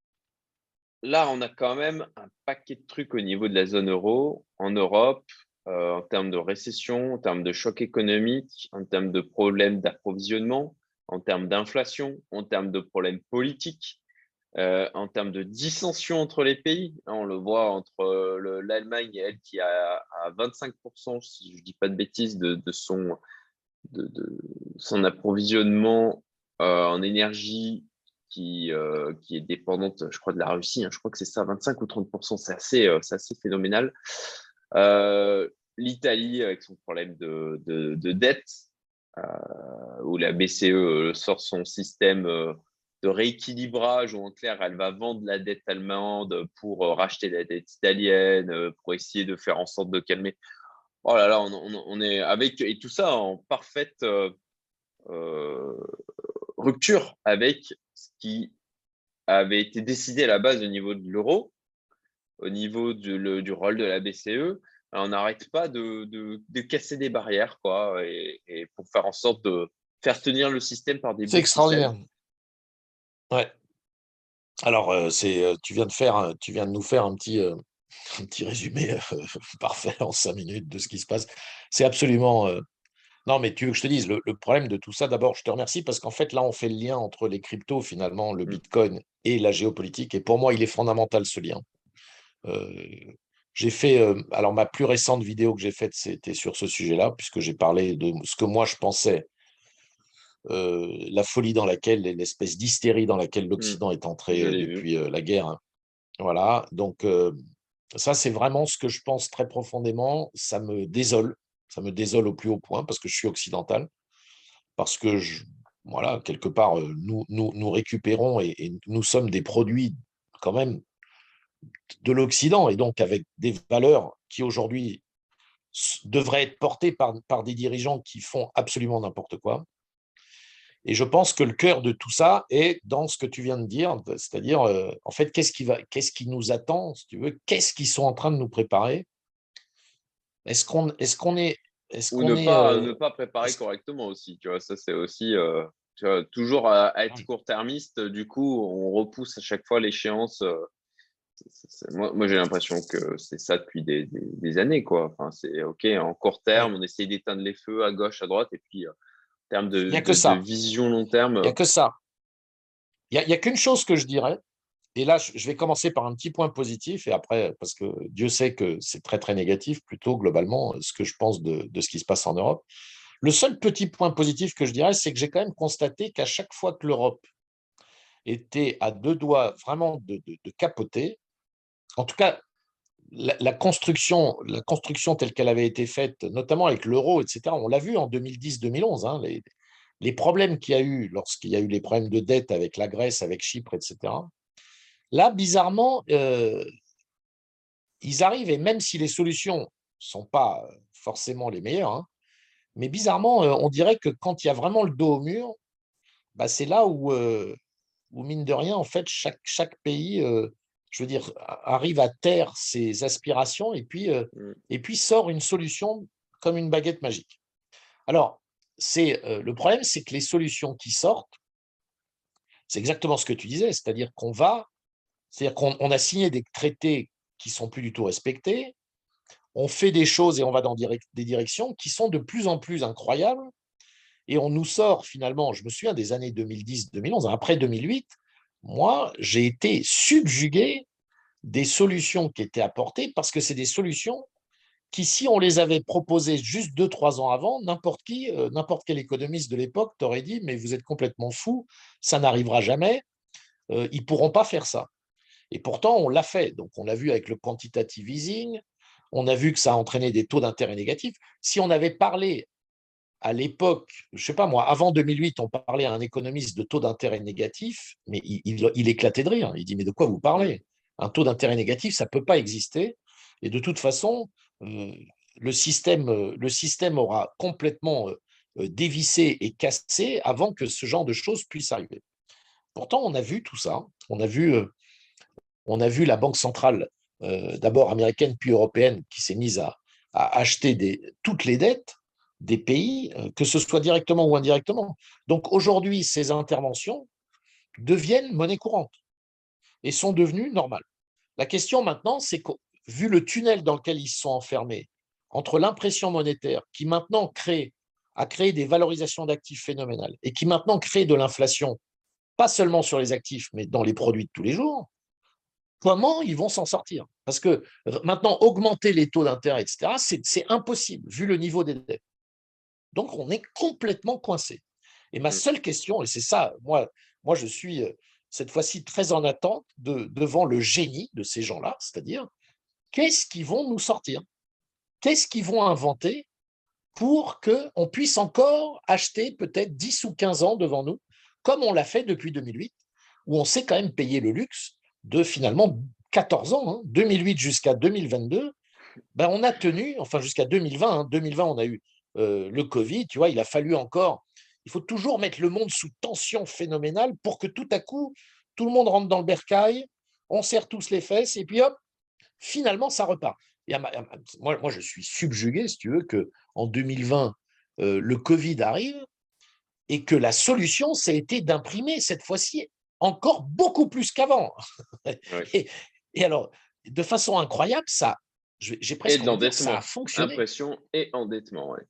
[SPEAKER 1] là, on a quand même un paquet de trucs au niveau de la zone euro, en Europe, euh, en termes de récession, en termes de choc économique, en termes de problèmes d'approvisionnement, en termes d'inflation, en termes de problèmes politiques, euh, en termes de dissension entre les pays. Hein, on le voit entre euh, le- l'Allemagne, elle, qui a à vingt-cinq pour cent, si je ne dis pas de bêtises, de, de son, de, de son approvisionnement euh, en énergie qui, euh, qui est dépendante, je crois, de la Russie. Hein. Je crois que c'est ça, vingt-cinq ou trente pour cent. C'est assez, euh, c'est assez phénoménal. Euh, L'Italie, avec son problème de, de, de dette, euh, où la B C E sort son système euh, de rééquilibrage, où en clair, elle va vendre la dette allemande pour euh, racheter la dette italienne, euh, pour essayer de faire en sorte de calmer. Oh là là, on, on, on est avec, et tout ça en parfaite euh, euh, rupture avec ce qui avait été décidé à la base au niveau de l'euro, au niveau du, le, du rôle de la B C E. On n'arrête pas de, de, de, casser des barrières, quoi, et, et, pour faire en sorte de faire tenir le système par des
[SPEAKER 2] C'est
[SPEAKER 1] bouts de ficelle.
[SPEAKER 2] extraordinaire. Ouais. Alors, euh, c'est, euh, tu viens de faire, tu viens de nous faire un petit, euh, un petit résumé euh, parfait en cinq minutes de ce qui se passe. C'est absolument. Euh, Non, mais tu veux que je te dise, le, le problème de tout ça, d'abord, je te remercie parce qu'en fait, là, on fait le lien entre les cryptos, finalement, le
[SPEAKER 1] Mm.
[SPEAKER 2] Bitcoin et la géopolitique. Et pour moi, il est fondamental, ce lien. Euh, j'ai fait, euh, alors ma plus récente vidéo que j'ai faite, c'était sur ce sujet-là, puisque j'ai parlé de ce que moi je pensais, euh, la folie dans laquelle, l'espèce d'hystérie dans laquelle
[SPEAKER 1] Mm.
[SPEAKER 2] l'Occident est entré
[SPEAKER 1] Je
[SPEAKER 2] euh,
[SPEAKER 1] l'ai vu.
[SPEAKER 2] depuis euh, la guerre. Hein. Voilà, donc euh, ça, c'est vraiment ce que je pense très profondément. Ça me désole, ça me désole au plus haut point parce que je suis occidental, parce que je, voilà, quelque part, euh, nous, nous, nous récupérons et, et nous sommes des produits quand même de l'Occident, et donc avec des valeurs qui aujourd'hui devraient être portées par, par des dirigeants qui font absolument n'importe quoi. Et je pense que le cœur de tout ça est dans ce que tu viens de dire, c'est-à-dire, euh, en fait, qu'est-ce qui va, qu'est-ce qui nous attend, si tu veux, qu'est-ce qu'ils sont en train de nous préparer? Est-ce qu'on est-ce qu'on est, est-ce
[SPEAKER 1] Ou ne
[SPEAKER 2] qu'on est,
[SPEAKER 1] pas,
[SPEAKER 2] euh,
[SPEAKER 1] ne pas préparer
[SPEAKER 2] est-ce-
[SPEAKER 1] correctement aussi, tu vois, ça c'est aussi, euh, tu vois, toujours à, à être
[SPEAKER 2] oui.
[SPEAKER 1] court-termiste, du coup, on repousse à chaque fois l'échéance. euh, c'est- c'est- moi, moi j'ai l'impression que c'est ça depuis des, des- des années, quoi. Enfin, c'est OK, en court
[SPEAKER 2] Oui.
[SPEAKER 1] terme, on essaye d'éteindre les feux à gauche, à droite, et puis euh, en termes
[SPEAKER 2] Il
[SPEAKER 1] de,
[SPEAKER 2] n'y a que
[SPEAKER 1] de, de
[SPEAKER 2] ça.
[SPEAKER 1] vision long terme,
[SPEAKER 2] Il n'y
[SPEAKER 1] euh,
[SPEAKER 2] a que ça. Il y a, il y a qu'une chose que je dirais, et là, je je vais commencer par un petit point positif, et après, parce que Dieu sait que c'est très, très négatif, plutôt globalement, ce que je pense de, de ce qui se passe en Europe. Le seul petit point positif que je dirais, c'est que j'ai quand même constaté qu'à chaque fois que l'Europe était à deux doigts vraiment de, de, de capoter, en tout cas, la, la, construction, la construction telle qu'elle avait été faite, notamment avec l'euro, et cetera, on l'a vu en deux mille dix deux mille onze, hein, les, les problèmes qu'il y a eu lorsqu'il y a eu les problèmes de dette avec la Grèce, avec Chypre, et cetera. Là, bizarrement, euh, ils arrivent, et même si les solutions ne sont pas forcément les meilleures, hein, mais bizarrement, euh, on dirait que quand il y a vraiment le dos au mur, bah, c'est là où, euh, où, mine de rien, en fait, chaque, chaque pays, euh, je veux dire, arrive à taire ses aspirations et puis, euh,
[SPEAKER 1] mm,
[SPEAKER 2] et puis sort une solution comme une baguette magique. Alors, c'est, euh, le problème, c'est que les solutions qui sortent, c'est exactement ce que tu disais, c'est-à-dire qu'on va, c'est-à-dire qu'on on a signé des traités qui sont plus du tout respectés, on fait des choses et on va dans direct, des directions qui sont de plus en plus incroyables, et on nous sort finalement, je me souviens des années deux mille dix deux mille onze, après deux mille huit, moi, j'ai été subjugué des solutions qui étaient apportées, parce que c'est des solutions qui, si on les avait proposées juste deux, trois ans avant, n'importe qui, euh, n'importe quel économiste de l'époque t'aurait dit, mais vous êtes complètement fou, ça n'arrivera jamais, euh, ils ne pourront pas faire ça. Et pourtant, on l'a fait. Donc, on l'a vu avec le quantitative easing, on a vu que ça a entraîné des taux d'intérêt négatifs. Si on avait parlé à l'époque, je ne sais pas moi, avant deux mille huit, on parlait à un économiste de taux d'intérêt négatif, mais il, il, il éclatait de rire. Il dit, mais de quoi vous
[SPEAKER 1] mm.
[SPEAKER 2] parlez? Un taux d'intérêt négatif, ça ne peut pas exister. Et de toute façon, euh, le, système, euh, le système aura complètement euh, dévissé et cassé avant que ce genre de choses puisse arriver. Pourtant, on a vu tout ça. On a vu, euh, on a vu la Banque centrale, euh, d'abord américaine puis européenne, qui s'est mise à, à acheter des, toutes les dettes des pays, euh, que ce soit directement ou indirectement. Donc aujourd'hui, ces interventions deviennent monnaie courante et sont devenues normales. La question maintenant, c'est que, vu le tunnel dans lequel ils se sont enfermés, entre l'impression monétaire qui maintenant crée, a créé des valorisations d'actifs phénoménales et qui maintenant crée de l'inflation, pas seulement sur les actifs, mais dans les produits de tous les jours, comment ils vont s'en sortir? Parce que maintenant, augmenter les taux d'intérêt, et cetera, c'est impossible, vu le niveau des dettes. Donc, on est complètement coincé. Et ma
[SPEAKER 1] Mm.
[SPEAKER 2] seule question, et c'est ça, moi, moi je suis euh, cette fois-ci très en attente de, devant le génie de ces gens-là, c'est-à-dire, qu'est-ce qu'ils vont nous sortir? Qu'est-ce qu'ils vont inventer pour qu'on puisse encore acheter peut-être dix ou quinze ans devant nous, comme on l'a fait depuis deux mille huit, où on s'est quand même payé le luxe de finalement quatorze ans, hein, deux mille huit jusqu'à deux mille vingt-deux, ben on a tenu, enfin jusqu'à deux mille vingt, hein, deux mille vingt on a eu euh, le Covid, tu vois, il a fallu encore, il faut toujours mettre le monde sous tension phénoménale pour que tout à coup, tout le monde rentre dans le bercail, on serre tous les fesses, et puis hop, finalement, ça repart. Et moi, moi, je suis subjugué, si tu veux, qu'en deux mille vingt, euh, le Covid arrive et que la solution, ça a été d'imprimer cette fois-ci encore beaucoup plus qu'avant.
[SPEAKER 1] Ouais.
[SPEAKER 2] Et, et alors, de façon incroyable, ça, j'ai
[SPEAKER 1] Et
[SPEAKER 2] presque
[SPEAKER 1] de
[SPEAKER 2] envie de dire, ça a
[SPEAKER 1] l'endettement.
[SPEAKER 2] fonctionné.
[SPEAKER 1] Impression et endettement, ouais.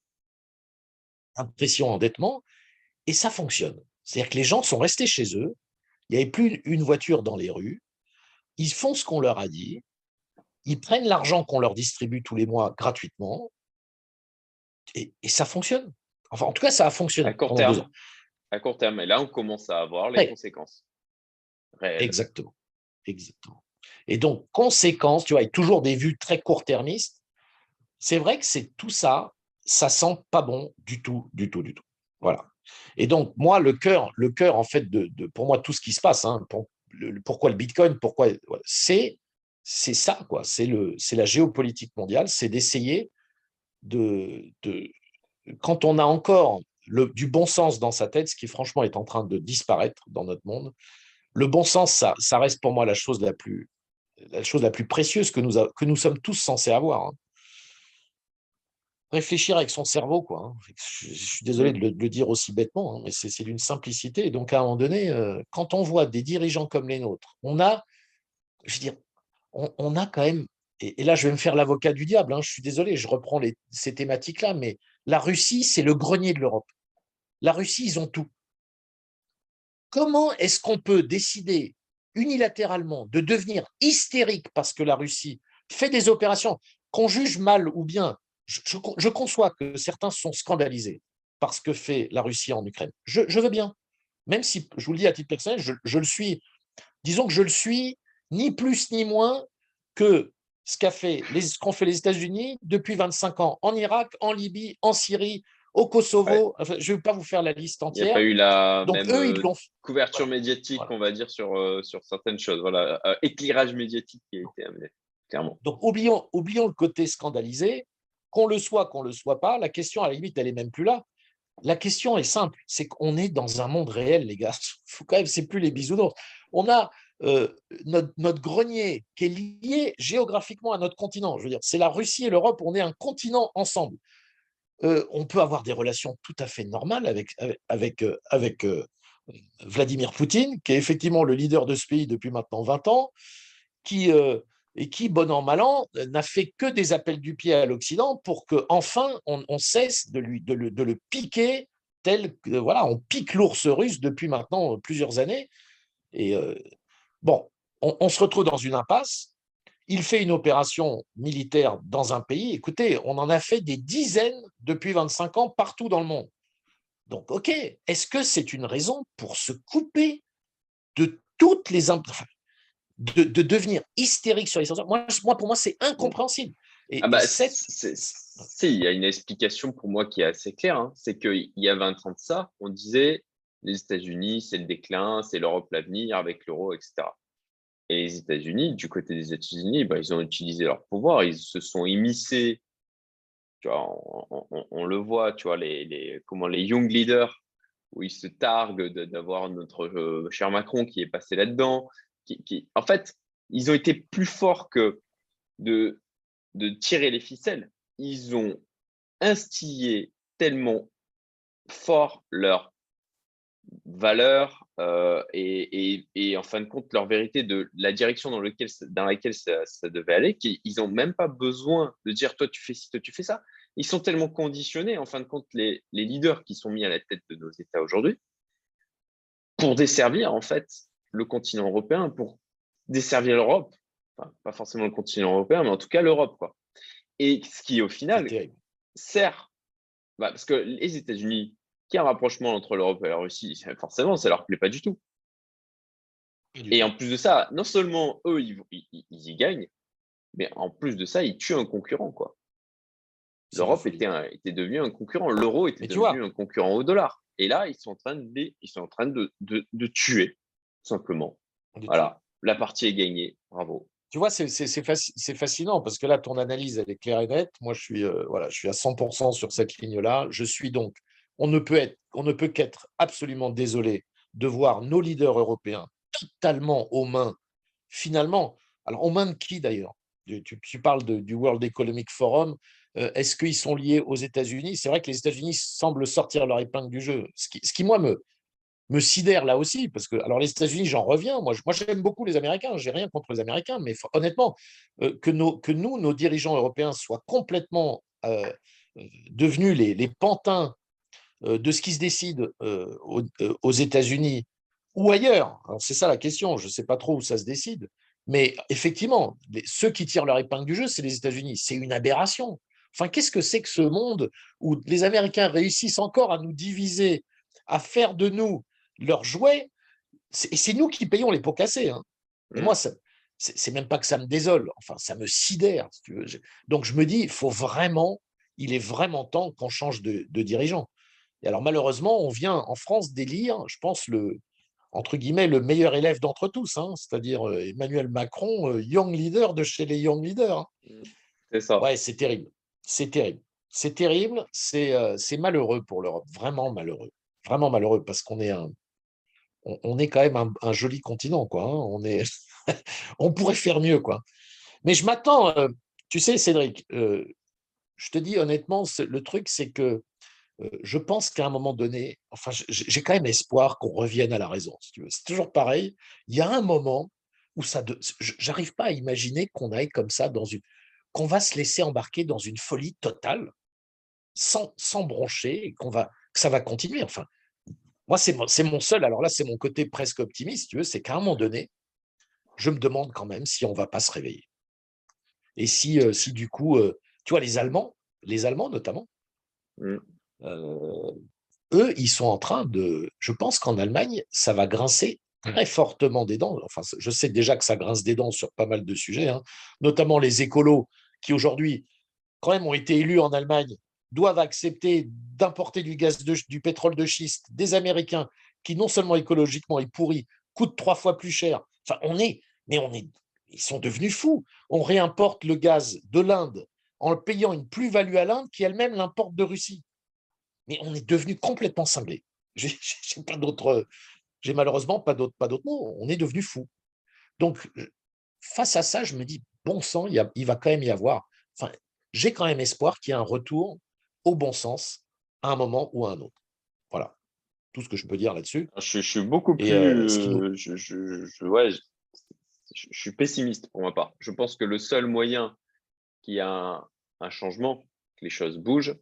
[SPEAKER 2] Impression, endettement, et ça fonctionne. C'est-à-dire que les gens sont restés chez eux, il n'y avait plus une voiture dans les rues, ils font ce qu'on leur a dit, ils prennent l'argent qu'on leur distribue tous les mois gratuitement, et, et ça fonctionne. Enfin, en tout cas, ça a
[SPEAKER 1] À
[SPEAKER 2] fonctionné
[SPEAKER 1] court
[SPEAKER 2] pendant deux ans.
[SPEAKER 1] terme. À court terme. Et là, on commence à avoir les
[SPEAKER 2] Ouais,
[SPEAKER 1] conséquences réelles.
[SPEAKER 2] exactement, exactement. Et donc, conséquence, tu vois, avec toujours des vues très court-termistes, c'est vrai que c'est tout ça, ça sent pas bon du tout, du tout, du tout. Voilà. Et donc, moi, le cœur, le cœur, en fait, de, de, pour moi, tout ce qui se passe, hein, pour, le, pourquoi le Bitcoin, pourquoi voilà, c'est c'est ça quoi, c'est le c'est la géopolitique mondiale, c'est d'essayer de, de quand on a encore le, du bon sens dans sa tête, ce qui franchement est en train de disparaître dans notre monde. Le bon sens, ça, ça reste pour moi la chose la plus, la chose la plus précieuse que nous, a, que nous sommes tous censés avoir. Hein. Réfléchir avec son cerveau, quoi. Hein. Je, je, suis désolé
[SPEAKER 1] Mm.
[SPEAKER 2] de le, de le dire aussi bêtement, hein, mais c'est d'une simplicité. Et donc, à un moment donné, euh, quand on voit des dirigeants comme les nôtres, on a, je veux dire, on, on a quand même, et, et là, je vais me faire l'avocat du diable, hein, je suis désolé, je reprends les, ces thématiques-là, mais la Russie, c'est le grenier de l'Europe. La Russie, ils ont tout. Comment est-ce qu'on peut décider unilatéralement de devenir hystérique parce que la Russie fait des opérations qu'on juge mal ou bien? Je, je, je conçois que certains sont scandalisés par ce que fait la Russie en Ukraine. Je, je veux bien, même si, je vous le dis à titre personnel, je, je le suis, disons que je le suis ni plus ni moins que ce qu'a fait les, ce qu'ont fait les États-Unis depuis vingt-cinq ans en Irak, en Libye, en Syrie, au
[SPEAKER 1] Ouais.
[SPEAKER 2] Kosovo. Enfin, je ne vais pas vous faire la liste
[SPEAKER 1] Il n'y a pas
[SPEAKER 2] entière.
[SPEAKER 1] eu la
[SPEAKER 2] Donc,
[SPEAKER 1] même
[SPEAKER 2] eux, ils
[SPEAKER 1] euh,
[SPEAKER 2] l'ont.
[SPEAKER 1] couverture
[SPEAKER 2] Voilà,
[SPEAKER 1] médiatique,
[SPEAKER 2] voilà.
[SPEAKER 1] on va dire, sur, euh, sur certaines choses. Voilà, euh, éclairage médiatique qui a été amené, clairement.
[SPEAKER 2] Donc, oublions, oublions le côté scandalisé. Qu'on le soit, qu'on ne le soit pas, la question, à la limite, elle n'est même plus là. La question est simple, c'est qu'on est dans un monde réel, les gars. Faut quand même, c'est plus les bisounours. On a euh, notre, notre grenier qui est lié géographiquement à notre continent. Je veux dire, c'est la Russie et l'Europe, on est un continent ensemble. Euh, on peut avoir des relations tout à fait normales avec, avec, avec, euh, avec euh, Vladimir Poutine, qui est effectivement le leader de ce pays depuis maintenant vingt ans, qui, euh, et qui, bon an, mal an, n'a fait que des appels du pied à l'Occident pour qu'enfin on, on cesse de, lui, de, le, de le piquer tel que, voilà, on pique l'ours russe depuis maintenant plusieurs années. Et euh, bon, on, on se retrouve dans une impasse. Il fait une opération militaire dans un pays. Écoutez, on en a fait des dizaines depuis vingt-cinq ans partout dans le monde. Donc, OK, est-ce que c'est une raison pour se couper de toutes les, enfin, de, de devenir hystérique sur les censeurs? Moi, moi, pour moi, c'est incompréhensible.
[SPEAKER 1] Ah
[SPEAKER 2] Et, et
[SPEAKER 1] bah,
[SPEAKER 2] cette...
[SPEAKER 1] c'est, c'est- il y a une explication pour moi qui est assez claire. Hein. C'est qu'il y a vingt ans de ça, on disait les États-Unis, c'est le déclin, c'est l'Europe l'avenir avec l'euro, et cetera. Et les États-Unis, du côté des États-Unis, bah, ils ont utilisé leur pouvoir, ils se sont immiscés. Tu vois, on, on- on le voit, tu vois, les, les, comment les young leaders, où ils se targuent de- d'avoir notre euh, cher Macron qui est passé là-dedans. Qui, qui, en fait, ils ont été plus forts que de, de tirer les ficelles. Ils ont instillé tellement fort leur valeur euh, et, et, et, en fin de compte leur vérité de la direction dans, lequel, dans laquelle ça, ça devait aller, qu'ils n'ont même pas besoin de dire toi tu fais ci, toi tu fais ça. Ils sont tellement conditionnés, en fin de compte, les, les leaders qui sont mis à la tête de nos États aujourd'hui, pour desservir en fait le continent européen, pour desservir l'Europe, enfin, pas forcément le continent européen, mais en tout cas l'Europe, quoi. Et ce qui au
[SPEAKER 2] C'est
[SPEAKER 1] final
[SPEAKER 2] terrible.
[SPEAKER 1] sert, bah, parce que les États-Unis, qui a un rapprochement entre l'Europe et la Russie, forcément, ça leur plaît pas du tout.
[SPEAKER 2] Pas du
[SPEAKER 1] Et
[SPEAKER 2] tout.
[SPEAKER 1] en plus de ça, non seulement eux, ils, ils, ils y gagnent, mais en plus de ça, ils tuent un concurrent, quoi.
[SPEAKER 2] C'est la
[SPEAKER 1] L'Europe
[SPEAKER 2] folie.
[SPEAKER 1] était, un, était devenue un concurrent, l'euro était
[SPEAKER 2] Mais tu vois,
[SPEAKER 1] devenu un concurrent au dollar. Et là, ils sont en train de, ils sont en train de, de, de tuer, tout simplement.
[SPEAKER 2] de tuer.
[SPEAKER 1] Voilà, la partie est gagnée, bravo.
[SPEAKER 2] Tu vois, c'est fasc fascinant parce que là, ton analyse, elle est claire et nette. Moi, je suis, euh, voilà, je suis à cent pour cent sur cette ligne-là. Je suis donc, on ne peut être, on ne peut qu'être absolument désolé de voir nos leaders européens totalement aux mains, finalement. Alors, aux mains de qui d'ailleurs? tu, tu, tu, parles de, du World Economic Forum. Euh, Est-ce qu'ils sont liés aux États-Unis? C'est vrai que les États-Unis semblent sortir leur épingle du jeu. Ce qui, ce qui moi, me, me sidère là aussi, parce que, alors les États-Unis, j'en reviens, moi, moi j'aime beaucoup les Américains, j'ai rien contre les Américains, mais honnêtement, euh, que, nos, que nous, nos dirigeants européens soient complètement euh, devenus les, les pantins euh, de ce qui se décide euh, aux, euh, aux États-Unis ou ailleurs. Alors c'est ça la question, je ne sais pas trop où ça se décide, mais effectivement, les, ceux qui tirent leur épingle du jeu, c'est les États-Unis. C'est une aberration. Enfin, qu'est-ce que c'est que ce monde où les Américains réussissent encore à nous diviser, à faire de nous leurs jouets, et c'est nous qui payons les pots cassés. Hein. Et
[SPEAKER 1] Mm.
[SPEAKER 2] moi, c'est même pas que ça me désole, enfin, ça me sidère. Si tu veux. Donc, je me dis, il faut vraiment, il est vraiment temps qu'on change de, de dirigeant. Et alors, malheureusement, on vient en France d'élire, je pense, le, entre guillemets, le meilleur élève d'entre tous, hein, c'est-à-dire euh, Emmanuel Macron, euh, young leader de chez les young leaders, hein.
[SPEAKER 1] C'est ça.
[SPEAKER 2] Ouais, c'est terrible. C'est terrible. C'est terrible. C'est euh, c'est malheureux pour l'Europe. Vraiment malheureux. Vraiment malheureux parce qu'on est un, on, on est quand même un, un joli continent, quoi, hein. On est, on pourrait faire mieux, quoi. Mais je m'attends, euh, tu sais, Cédric, euh, je te dis honnêtement, c'est- le truc, c'est que euh, je pense qu'à un moment donné, enfin, j- j'ai quand même espoir qu'on revienne à la raison, si tu veux. C'est toujours pareil. Il y a un moment où ça, de- je- j'arrive pas à imaginer qu'on aille comme ça dans une, qu'on va se laisser embarquer dans une folie totale, sans, sans broncher, et qu'on va, que ça va continuer. Enfin, moi, c'est mon, c'est mon seul. Alors là, c'est mon côté presque optimiste, si tu veux, c'est qu'à un moment donné, je me demande quand même si on va pas se réveiller. Et si, euh, si du coup, euh, tu vois, les Allemands, les Allemands notamment,
[SPEAKER 1] Mm.
[SPEAKER 2] euh, eux, ils sont en train de. Je pense qu'en Allemagne, ça va grincer très fortement des dents. Enfin, je sais déjà que ça grince des dents sur pas mal de sujets, hein, notamment les écolos qui aujourd'hui, quand même, ont été élus en Allemagne, doivent accepter d'importer du gaz, de, du pétrole de schiste des Américains qui, non seulement écologiquement est pourri, coûte trois fois plus cher. Enfin, on est. Mais on est. Ils sont devenus fous. On réimporte le gaz de l'Inde en le payant une plus-value à l'Inde qui elle-même l'importe de Russie. Mais on est devenu complètement cinglé. J'ai j'ai pas d'autres, j'ai malheureusement pas d'autres, pas d'autres mots. On est devenu fou. Donc, face à ça, je me dis, bon sang, il, y a, il va quand même y avoir. Enfin, j'ai quand même espoir qu'il y ait un retour au bon sens à un moment ou à un autre. Voilà, tout ce que je peux dire là-dessus.
[SPEAKER 1] Je, je suis beaucoup
[SPEAKER 2] Et
[SPEAKER 1] plus.
[SPEAKER 2] euh, ce qui nous.
[SPEAKER 1] euh, je, je, je- ouais, je, je- je suis pessimiste pour ma part. Je pense que le seul moyen qu'il y a un, un changement, que les choses bougent,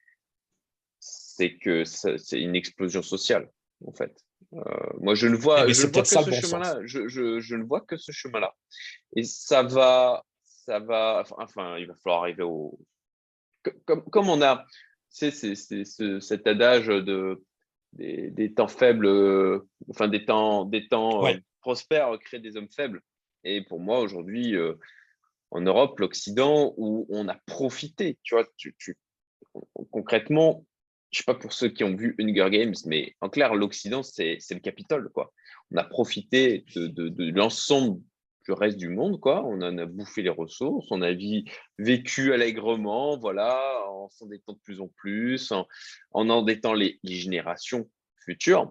[SPEAKER 1] c'est que ça- c'est une explosion sociale, en fait. Euh, moi, je ne
[SPEAKER 2] Eh
[SPEAKER 1] vois,
[SPEAKER 2] ben,
[SPEAKER 1] je ne
[SPEAKER 2] c'est
[SPEAKER 1] vois
[SPEAKER 2] peut-être
[SPEAKER 1] que
[SPEAKER 2] ça le
[SPEAKER 1] ce
[SPEAKER 2] bon sens.
[SPEAKER 1] chemin-là. Je, je, je ne vois que ce chemin-là. Et ça va, ça va. Enfin, enfin, il va falloir arriver au. co- Comme, comme on a, c'est c'est c'est ce- cet adage de des, des temps faibles, euh, enfin des temps, des temps euh,
[SPEAKER 2] Ouais,
[SPEAKER 1] prospères créent des hommes faibles. Et pour moi, aujourd'hui, euh, en Europe, l'Occident, où on a profité, tu vois, tu, tu- concrètement, je sais pas pour ceux qui ont vu Hunger Games, mais en clair, l'Occident, c'est c'est le Capitole, quoi. On a profité de, de, de l'ensemble du reste du monde, quoi. On en a bouffé les ressources, on a vi- vécu allègrement, voilà, en s'endettant de plus en plus, en, en endettant les, les générations futures.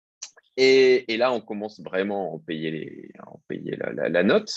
[SPEAKER 1] Et, et là, on commence vraiment à en payer, les, à en payer la, la, la note.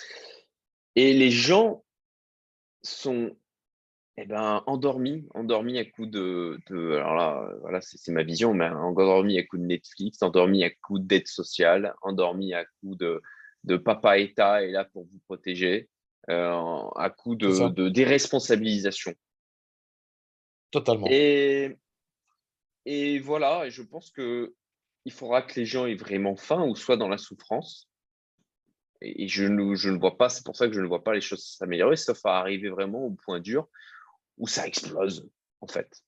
[SPEAKER 1] Et les gens sont eh ben, endormi, endormi à coup de, de alors là, euh, voilà, c'est c'est ma vision, mais endormi à coup de Netflix, endormi à coup d'aide sociale, endormi à coup de, de papa État est là pour vous protéger, euh, à coup
[SPEAKER 2] c'est
[SPEAKER 1] de,
[SPEAKER 2] ça,
[SPEAKER 1] de déresponsabilisation.
[SPEAKER 2] totalement.
[SPEAKER 1] Et, et voilà, et je pense que il faudra que les gens aient vraiment faim ou soient dans la souffrance. Et, et je ne, je ne vois pas, c'est pour ça que je ne vois pas les choses s'améliorer, sauf à arriver vraiment au point dur où ça explose, en fait.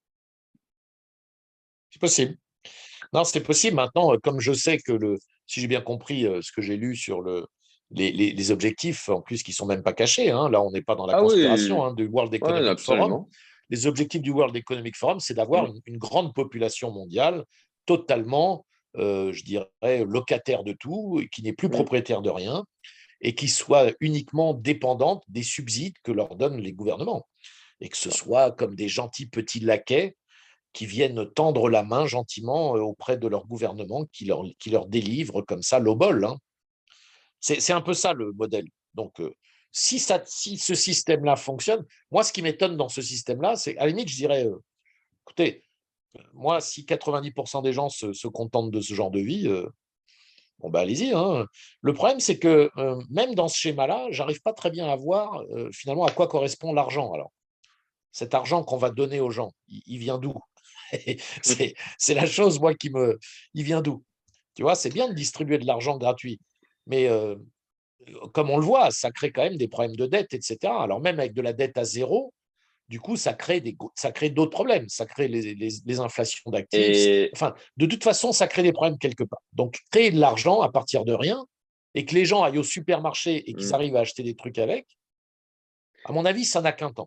[SPEAKER 2] C'est possible. Non, c'est possible. Maintenant, euh, comme je sais que le, si j'ai bien compris euh, ce que j'ai lu sur le, les, les- les objectifs, en plus, qui sont même pas cachés, hein, là, on n'est pas dans la
[SPEAKER 1] Ah
[SPEAKER 2] conspiration
[SPEAKER 1] oui,
[SPEAKER 2] hein, du World
[SPEAKER 1] ouais,
[SPEAKER 2] Economic Forum.
[SPEAKER 1] absolument.
[SPEAKER 2] Les objectifs du World Economic Forum, c'est d'avoir
[SPEAKER 1] Mm,
[SPEAKER 2] une, une grande population mondiale totalement, euh, je dirais, locataire de tout, et qui n'est plus
[SPEAKER 1] mm.
[SPEAKER 2] propriétaire de rien, et qui soit uniquement dépendante des subsides que leur donnent les gouvernements. Et que ce soit comme des gentils petits laquais qui viennent tendre la main gentiment euh, auprès de leur gouvernement qui leur, qui leur délivre comme ça l'obol, hein. C'est, c'est un peu ça le modèle. Donc, euh, si, ça, si ce système-là fonctionne, moi, ce qui m'étonne dans ce système-là, c'est, à la limite, je dirais, euh, écoutez, moi, si quatre-vingt-dix pour cent des gens se, se contentent de ce genre de vie, euh, bon, ben allez-y, hein. Le problème, c'est que euh, même dans ce schéma-là, j'arrive pas très bien à voir euh, finalement à quoi correspond l'argent. Alors, cet argent qu'on va donner aux gens, il, il vient d'où? c'est, c'est la chose, moi, qui me. Il vient d'où? Tu vois, c'est bien de distribuer de l'argent gratuit, mais euh, comme on le voit, ça crée quand même des problèmes de dette, et cetera. Alors, même avec de la dette à zéro, du coup, ça crée, des, ça crée d'autres problèmes. Ça crée les, les, les inflations d'actifs.
[SPEAKER 1] Et
[SPEAKER 2] Enfin, de toute façon, ça crée des problèmes quelque part. Donc, créer de l'argent à partir de rien et que les gens aillent au supermarché et qu'ils
[SPEAKER 1] mm,
[SPEAKER 2] arrivent à acheter des trucs avec, à mon avis, ça n'a qu'un temps.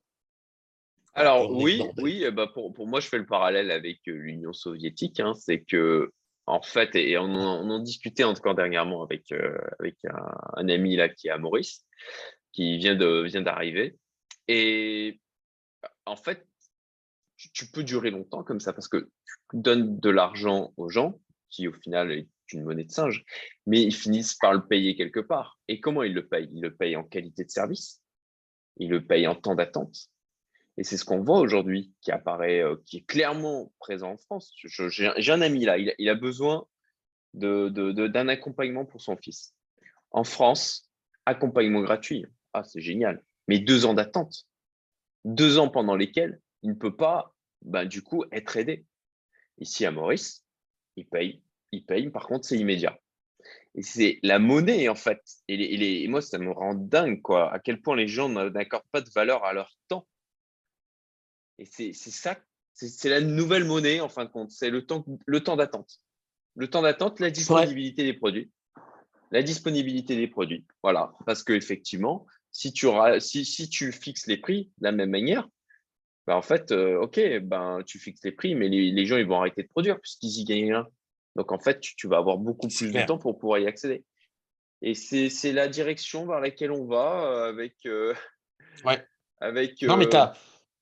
[SPEAKER 2] Voilà, et
[SPEAKER 1] alors
[SPEAKER 2] on est dedans
[SPEAKER 1] oui,
[SPEAKER 2] d'ailleurs.
[SPEAKER 1] oui, eh ben, pour, pour moi, je fais le parallèle avec euh, l'Union soviétique, hein, c'est que en fait, et on en, on en discutait encore dernièrement avec, euh, avec un, un ami là qui est à Maurice, qui vient de, vient d'arriver. Et en fait, tu, tu peux durer longtemps comme ça parce que tu donnes de l'argent aux gens, qui au final est une monnaie de singe, mais ils finissent par le payer quelque part. Et comment ils le payent? Ils le payent en qualité de service, ils le payent en temps d'attente. Et c'est ce qu'on voit aujourd'hui, qui apparaît, euh, qui est clairement présent en France. Je- J'ai j'ai un ami là, il a, il a besoin de, de- de- d'un accompagnement pour son fils. En France, accompagnement gratuit. Ah, c'est génial. Mais deux ans d'attente. Deux ans pendant lesquels il ne peut pas, ben, du coup, être aidé. Ici à Maurice, il paye. Il paye, par contre, c'est immédiat. Et c'est la monnaie, en fait. Et, les, et, les, et moi, ça me rend dingue, quoi, à quel point les gens n'accordent pas de valeur à leur temps. Et c'est c'est ça, c'est c'est la nouvelle monnaie, en fin de compte. C'est le temps, le temps d'attente. Le temps d'attente, la
[SPEAKER 2] Ouais,
[SPEAKER 1] disponibilité des produits. La disponibilité des produits. Voilà. Parce qu'effectivement, si tu, auras, si, si tu fixes les prix de la même manière, ben en fait, euh, OK, ben, tu fixes les prix, mais les, les gens, ils vont arrêter de produire puisqu'ils y gagnent rien. Donc, en fait, tu, tu vas avoir beaucoup
[SPEAKER 2] c'est
[SPEAKER 1] plus de
[SPEAKER 2] clair.
[SPEAKER 1] temps pour pouvoir y accéder. Et c'est c'est la direction vers laquelle on va euh, avec, euh,
[SPEAKER 2] Ouais.
[SPEAKER 1] avec
[SPEAKER 2] Non, mais tu
[SPEAKER 1] euh,
[SPEAKER 2] as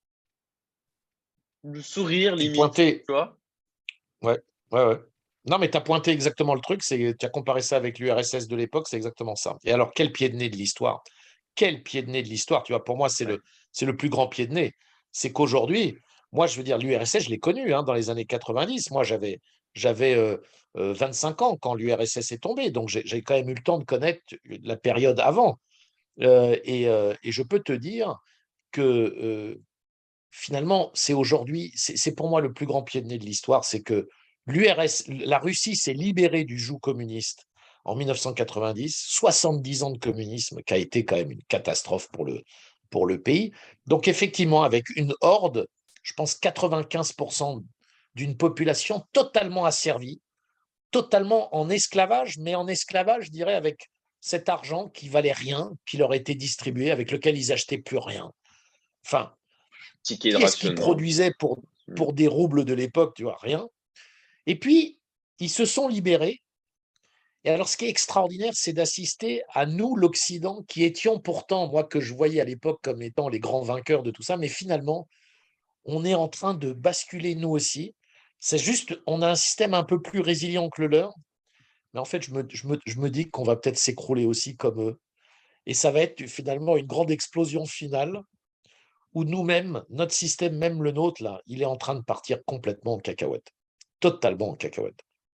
[SPEAKER 1] le sourire limite,
[SPEAKER 2] pointé.
[SPEAKER 1] tu vois.
[SPEAKER 2] Ouais, ouais, ouais. Non, mais tu as pointé exactement le truc. C'est, tu as comparé ça avec l'U R S S de l'époque, c'est exactement ça. Et alors, quel pied de nez de l'histoire? Quel pied de nez de l'histoire? Tu vois, pour moi, c'est
[SPEAKER 1] Ouais.
[SPEAKER 2] le, c'est le plus grand pied de nez. C'est qu'aujourd'hui, moi, je veux dire, l'U R S S, je l'ai connu hein, dans les années quatre-vingt-dix. Moi, j'avais, j'avais euh, euh, vingt-cinq ans quand l'U R S S est tombé. Donc, j'ai j'ai quand même eu le temps de connaître la période avant. Euh, et, euh, et je peux te dire que euh, finalement, c'est aujourd'hui, c'est c'est pour moi le plus grand pied de nez de l'histoire, c'est que l'U R S, la Russie s'est libérée du joug communiste en mille neuf cent quatre-vingt-dix, soixante-dix ans de communisme qui a été quand même une catastrophe pour le, pour le pays. Donc effectivement, avec une horde, je pense quatre-vingt-quinze pour cent d'une population totalement asservie, totalement en esclavage, mais en esclavage, je dirais, avec cet argent qui valait rien, qui leur était distribué, avec lequel ils achetaient plus rien. Enfin,
[SPEAKER 1] Ticket de
[SPEAKER 2] qu'est-ce qu'ils
[SPEAKER 1] rationnement.
[SPEAKER 2] produisaient pour,
[SPEAKER 1] Hmm.
[SPEAKER 2] pour des roubles de l'époque, tu vois, rien. Et puis, ils se sont libérés. Et alors, ce qui est extraordinaire, c'est d'assister à nous, l'Occident, qui étions pourtant, moi, que je voyais à l'époque comme étant les grands vainqueurs de tout ça, mais finalement, on est en train de basculer nous aussi. C'est juste, on a un système un peu plus résilient que le leur, mais en fait, je me, je me, je me dis qu'on va peut-être s'écrouler aussi comme eux. Et ça va être finalement une grande explosion finale où nous-mêmes, notre système, même le nôtre, là, il est en train de partir complètement en cacahuète. Totalement en cacahuète.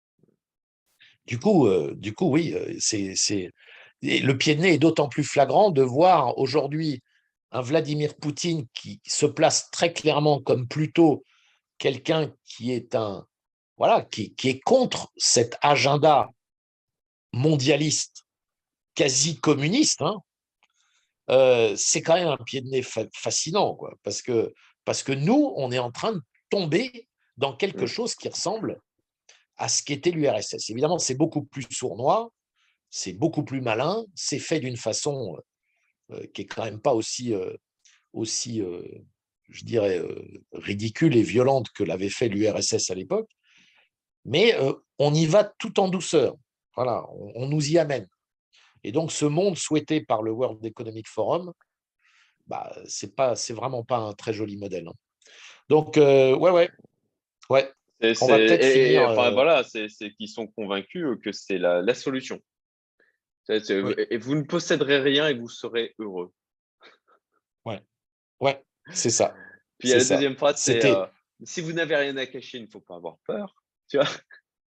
[SPEAKER 2] Du coup, euh, du coup oui, euh, c'est, c'est... et le pied de nez est d'autant plus flagrant de voir aujourd'hui un Vladimir Poutine qui se place très clairement comme plutôt quelqu'un qui est un voilà qui, qui est contre cet agenda mondialiste quasi communiste. Hein, euh, c'est quand même un pied de nez fa- fascinant, quoi, parce que, parce que nous, on est en train de tomber dans quelque
[SPEAKER 1] Hmm.
[SPEAKER 2] chose qui ressemble à ce qu'était l'U R S S. Évidemment, c'est beaucoup plus sournois, c'est beaucoup plus malin, c'est fait d'une façon euh, qui est quand même pas aussi, euh, aussi euh, je dirais, euh, ridicule et violente que l'avait fait l'U R S S à l'époque, mais euh, on y va tout en douceur. Voilà, on, on nous y amène. Et donc, ce monde souhaité par le World Economic Forum, bah, c'est pas, c'est vraiment pas un très joli modèle. Hein. Donc, euh, ouais, ouais, ouais.
[SPEAKER 1] Et,
[SPEAKER 2] On va
[SPEAKER 1] c'est-
[SPEAKER 2] peut-être
[SPEAKER 1] et- et,
[SPEAKER 2] finir.
[SPEAKER 1] enfin,
[SPEAKER 2] Euh,
[SPEAKER 1] voilà, c'est c'est qu'ils sont convaincus que c'est la, la solution. C'est- c'est-
[SPEAKER 2] oui,
[SPEAKER 1] Et vous ne posséderez rien et vous serez heureux.
[SPEAKER 2] ouais, ouais, c'est ça,
[SPEAKER 1] Puis il y a
[SPEAKER 2] c'est
[SPEAKER 1] la
[SPEAKER 2] ça.
[SPEAKER 1] deuxième phrase, c'est
[SPEAKER 2] C'était,
[SPEAKER 1] euh, si vous n'avez rien à cacher, il ne faut pas avoir peur. Tu vois,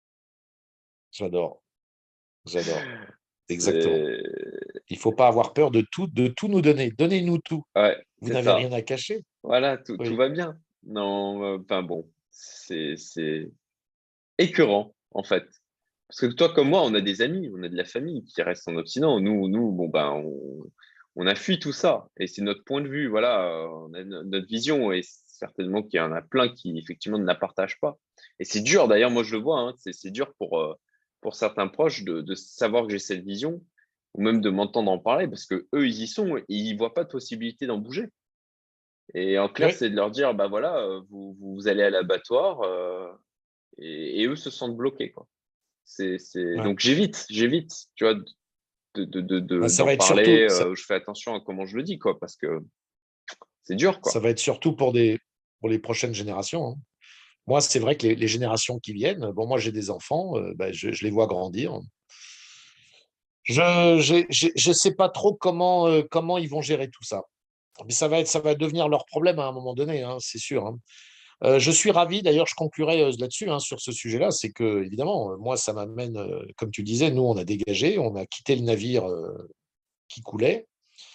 [SPEAKER 2] j'adore, j'adore, exactement.
[SPEAKER 1] c'est
[SPEAKER 2] Il faut pas avoir peur de tout, de tout nous donner. Donnez-nous tout.
[SPEAKER 1] ouais,
[SPEAKER 2] Vous
[SPEAKER 1] c'est
[SPEAKER 2] n'avez
[SPEAKER 1] ça.
[SPEAKER 2] rien à cacher.
[SPEAKER 1] Voilà, tout, tout
[SPEAKER 2] Oui,
[SPEAKER 1] va bien. Non, euh, enfin bon, c'est c'est écœurant en fait. Parce que toi comme moi, on a des amis, on a de la famille qui restent en Occident. Nous, nous, bon ben, on, on a fui tout ça et c'est notre point de vue. Voilà, euh, on a no- notre vision et certainement qu'il y en a plein qui effectivement ne la partagent pas. Et c'est dur. D'ailleurs, moi je le vois. Hein, c'est c'est dur pour euh, pour certains proches de, de savoir que j'ai cette vision ou même de m'entendre en parler parce que eux ils y sont et ils voient pas de possibilité d'en bouger. Et en clair,
[SPEAKER 2] oui,
[SPEAKER 1] c'est de leur dire, bah voilà, euh, vous, vous allez à l'abattoir euh, et, et eux se sentent bloqués, quoi. C'est, c'est...
[SPEAKER 2] Ouais.
[SPEAKER 1] Donc j'évite, j'évite, tu vois, de, de, de,
[SPEAKER 2] Bah,
[SPEAKER 1] de-
[SPEAKER 2] ça
[SPEAKER 1] d'en
[SPEAKER 2] va être surtout,
[SPEAKER 1] parler.
[SPEAKER 2] ça,
[SPEAKER 1] Euh, je fais attention à comment je le dis, quoi, parce que c'est dur,
[SPEAKER 2] ça
[SPEAKER 1] quoi.
[SPEAKER 2] va être surtout pour des, pour les prochaines générations, hein. Moi, c'est vrai que les, les générations qui viennent, bon, moi j'ai des enfants, euh, bah, je, je les vois grandir. Je j'ai- j'ai- je sais pas trop comment, euh, comment ils vont gérer tout ça. Mais ça va être, ça va devenir leur problème à un moment donné, hein, c'est sûr, hein. Euh, je suis ravi, d'ailleurs, je conclurai euh, là-dessus, hein, sur ce sujet-là, c'est que, évidemment, euh, moi, ça m'amène, euh, comme tu disais, nous, on a dégagé, on a quitté le navire euh, qui coulait,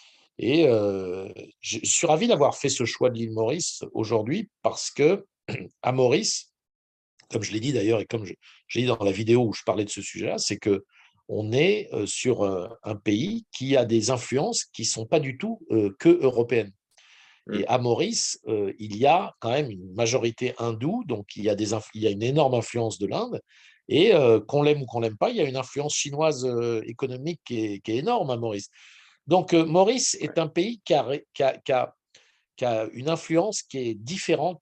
[SPEAKER 2] et euh, je suis ravi d'avoir fait ce choix de l'île Maurice aujourd'hui, parce que à Maurice, comme je l'ai dit d'ailleurs, et comme je, je l'ai dit dans la vidéo où je parlais de ce sujet-là, c'est que on est euh, sur euh, un pays qui a des influences qui ne sont pas du tout euh, que européennes.
[SPEAKER 1] Mm.
[SPEAKER 2] Et à Maurice, euh, il y a quand même une majorité hindoue, donc il y a, des inf- il y a une énorme influence de l'Inde. Et euh, qu'on l'aime ou qu'on l'aime pas, il y a une influence chinoise euh, économique qui est, qui est énorme à Maurice. Donc euh, Maurice
[SPEAKER 1] Ouais.
[SPEAKER 2] est un pays qui a, qui a- qui a- qui a une influence qui est différente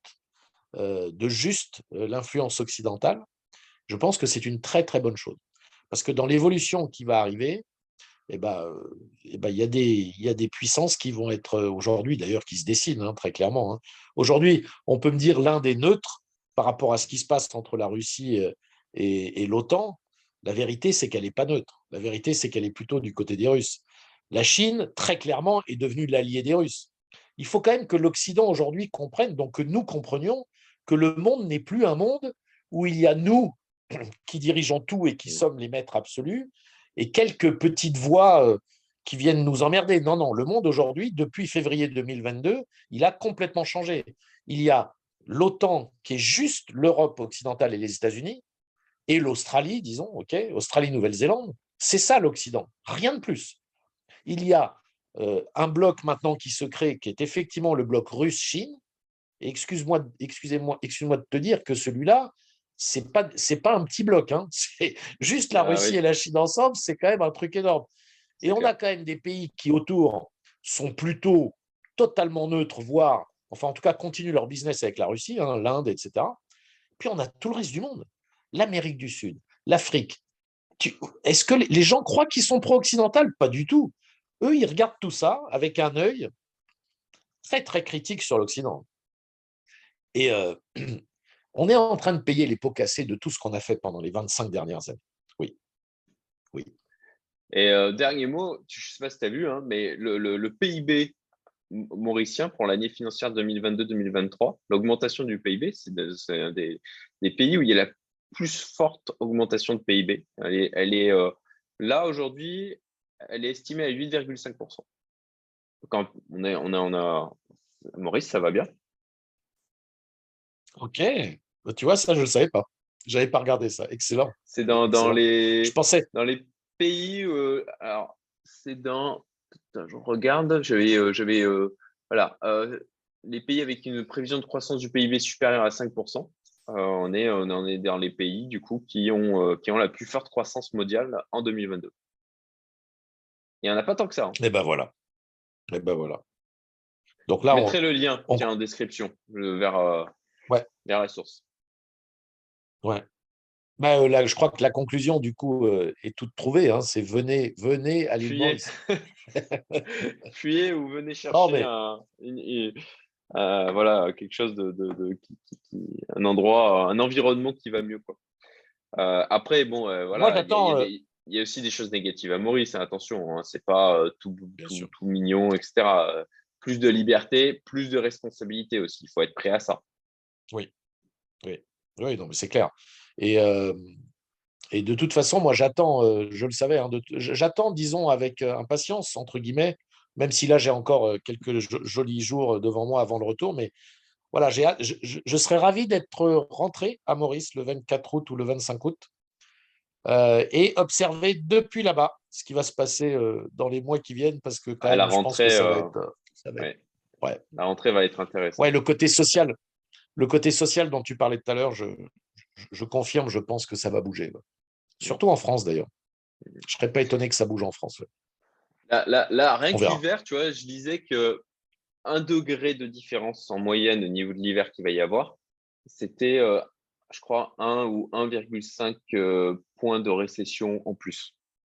[SPEAKER 2] euh, de juste euh, l'influence occidentale. Je pense que c'est une très très bonne chose. Parce que dans l'évolution qui va arriver, eh ben, euh, eh ben, il y a des, il y a des puissances qui vont être euh, aujourd'hui, d'ailleurs, qui se dessinent, hein, très clairement, hein. Aujourd'hui, on peut me dire l'Inde est neutre par rapport à ce qui se passe entre la Russie euh, et, et l'OTAN. La vérité, c'est qu'elle n'est pas neutre. La vérité, c'est qu'elle est plutôt du côté des Russes. La Chine, très clairement, est devenue l'allié des Russes. Il faut quand même que l'Occident aujourd'hui comprenne, donc que nous comprenions que le monde n'est plus un monde où il y a nous qui dirigeons tout et qui
[SPEAKER 1] Mm.
[SPEAKER 2] sommes les maîtres absolus, et quelques petites voix euh, qui viennent nous emmerder. Non, non, le monde aujourd'hui, depuis février deux mille vingt-deux, il a complètement changé. Il y a l'OTAN qui est juste l'Europe occidentale et les États-Unis, et l'Australie, disons, ok, Australie-Nouvelle-Zélande, c'est ça l'Occident, rien de plus. Il y a euh, un bloc maintenant qui se crée, qui est effectivement le bloc russe-Chine, et excuse-moi, excusez-moi, excuse-moi de te dire que celui-là, c'est pas, c'est pas un petit bloc, hein. C'est juste la
[SPEAKER 1] Ah
[SPEAKER 2] Russie et
[SPEAKER 1] oui,
[SPEAKER 2] la Chine ensemble, c'est quand même un truc énorme. Et
[SPEAKER 1] c'est
[SPEAKER 2] on a
[SPEAKER 1] clair.
[SPEAKER 2] quand même des pays qui autour sont plutôt totalement neutres, voire, enfin en tout cas, continuent leur business avec la Russie, hein, l'Inde, et cetera. Puis on a tout le reste du monde, l'Amérique du Sud, l'Afrique. Tu- Est-ce que les gens croient qu'ils sont pro-occidentaux? Pas du tout. Eux, ils regardent tout ça avec un œil très très critique sur l'Occident. Et euh, on est en train de payer les pots cassés de tout ce qu'on a fait pendant les vingt-cinq dernières années. Oui, oui.
[SPEAKER 1] Et euh, dernier mot, tu- je sais pas si tu as vu, hein, mais le, le, le P I B mauricien pour l'année financière deux mille vingt-deux deux mille vingt-trois, l'augmentation du P I B, c'est de- c'est un des, des pays où il y a la plus forte augmentation de P I B. Elle est, elle est euh, là aujourd'hui, elle est estimée à huit virgule cinq pour cent. Quand on est, on a, on a, Maurice, ça va bien.
[SPEAKER 2] Ok. Bah, tu vois, ça, je ne savais pas. Je n'avais pas regardé ça. Excellent.
[SPEAKER 1] C'est dans, dans
[SPEAKER 2] Excellent. Je
[SPEAKER 1] les,
[SPEAKER 2] pensais.
[SPEAKER 1] dans les pays, euh, alors, c'est dans, putain, je regarde, j'avais, euh, j'avais, euh, voilà, euh, les pays avec une prévision de croissance du P I B supérieure à cinq pour cent. Euh, on est, on en est dans les pays, du coup, qui ont, euh, qui ont la plus forte croissance mondiale en deux mille vingt-deux. Il n'y en a pas tant que ça, hein.
[SPEAKER 2] Eh ben voilà. Eh ben voilà. Donc
[SPEAKER 1] Je
[SPEAKER 2] là, on,
[SPEAKER 1] mettrai le lien,
[SPEAKER 2] on-
[SPEAKER 1] tiens, en description, euh, vers, euh,
[SPEAKER 2] ouais,
[SPEAKER 1] vers la source.
[SPEAKER 2] ouais. Bah, euh, là, je crois que la conclusion, du coup, euh, est toute trouvée, hein. C'est venez, venez à l'île
[SPEAKER 1] Fuyez,
[SPEAKER 2] Maurice.
[SPEAKER 1] fuyez ou venez
[SPEAKER 2] Non,
[SPEAKER 1] chercher
[SPEAKER 2] mais
[SPEAKER 1] un, une, une- euh, voilà, quelque chose de, de, de- qui, qui- qui- un endroit, un environnement qui va mieux, quoi. Euh, après, bon, euh,
[SPEAKER 2] moi,
[SPEAKER 1] voilà, il y a, il y a
[SPEAKER 2] j'attends, euh,
[SPEAKER 1] des, il y a aussi des choses négatives à Maurice, hein, attention, hein, c'est pas euh, tout,
[SPEAKER 2] bien
[SPEAKER 1] tout,
[SPEAKER 2] sûr.
[SPEAKER 1] tout mignon, et cetera. Euh, Plus de liberté, plus de responsabilité aussi. Il faut être prêt à ça.
[SPEAKER 2] Oui, oui, oui, non, mais c'est clair. Et, euh, et de toute façon, moi, j'attends, euh, je le savais, hein, de- j'attends, disons, avec euh, impatience, entre guillemets, même si là, j'ai encore euh, quelques jo- jolis jours euh, devant moi avant le retour, mais voilà, j'ai hâte- je, je- je serais ravi d'être rentré à Maurice le vingt-quatre août ou le vingt-cinq août euh, et observer depuis là-bas ce qui va se passer euh, dans les mois qui viennent, parce que quand
[SPEAKER 1] À la
[SPEAKER 2] même, je pense que
[SPEAKER 1] rentrée,
[SPEAKER 2] ça va
[SPEAKER 1] euh,
[SPEAKER 2] être, euh, ça va être,
[SPEAKER 1] ouais,
[SPEAKER 2] ouais,
[SPEAKER 1] la rentrée va être
[SPEAKER 2] ouais,
[SPEAKER 1] intéressante.
[SPEAKER 2] le côté social, le côté social dont tu parlais tout à l'heure, je, je, je confirme, je pense que ça va bouger, ouais. Surtout en France d'ailleurs. Je serais pas étonné que ça bouge en France, ouais.
[SPEAKER 1] Là, là, là, rien
[SPEAKER 2] On
[SPEAKER 1] que
[SPEAKER 2] verra.
[SPEAKER 1] l'hiver, tu vois, je disais que un degré de différence en moyenne au niveau de l'hiver qu'il va y avoir, c'était, euh, je crois, un ou un virgule cinq points de récession en plus.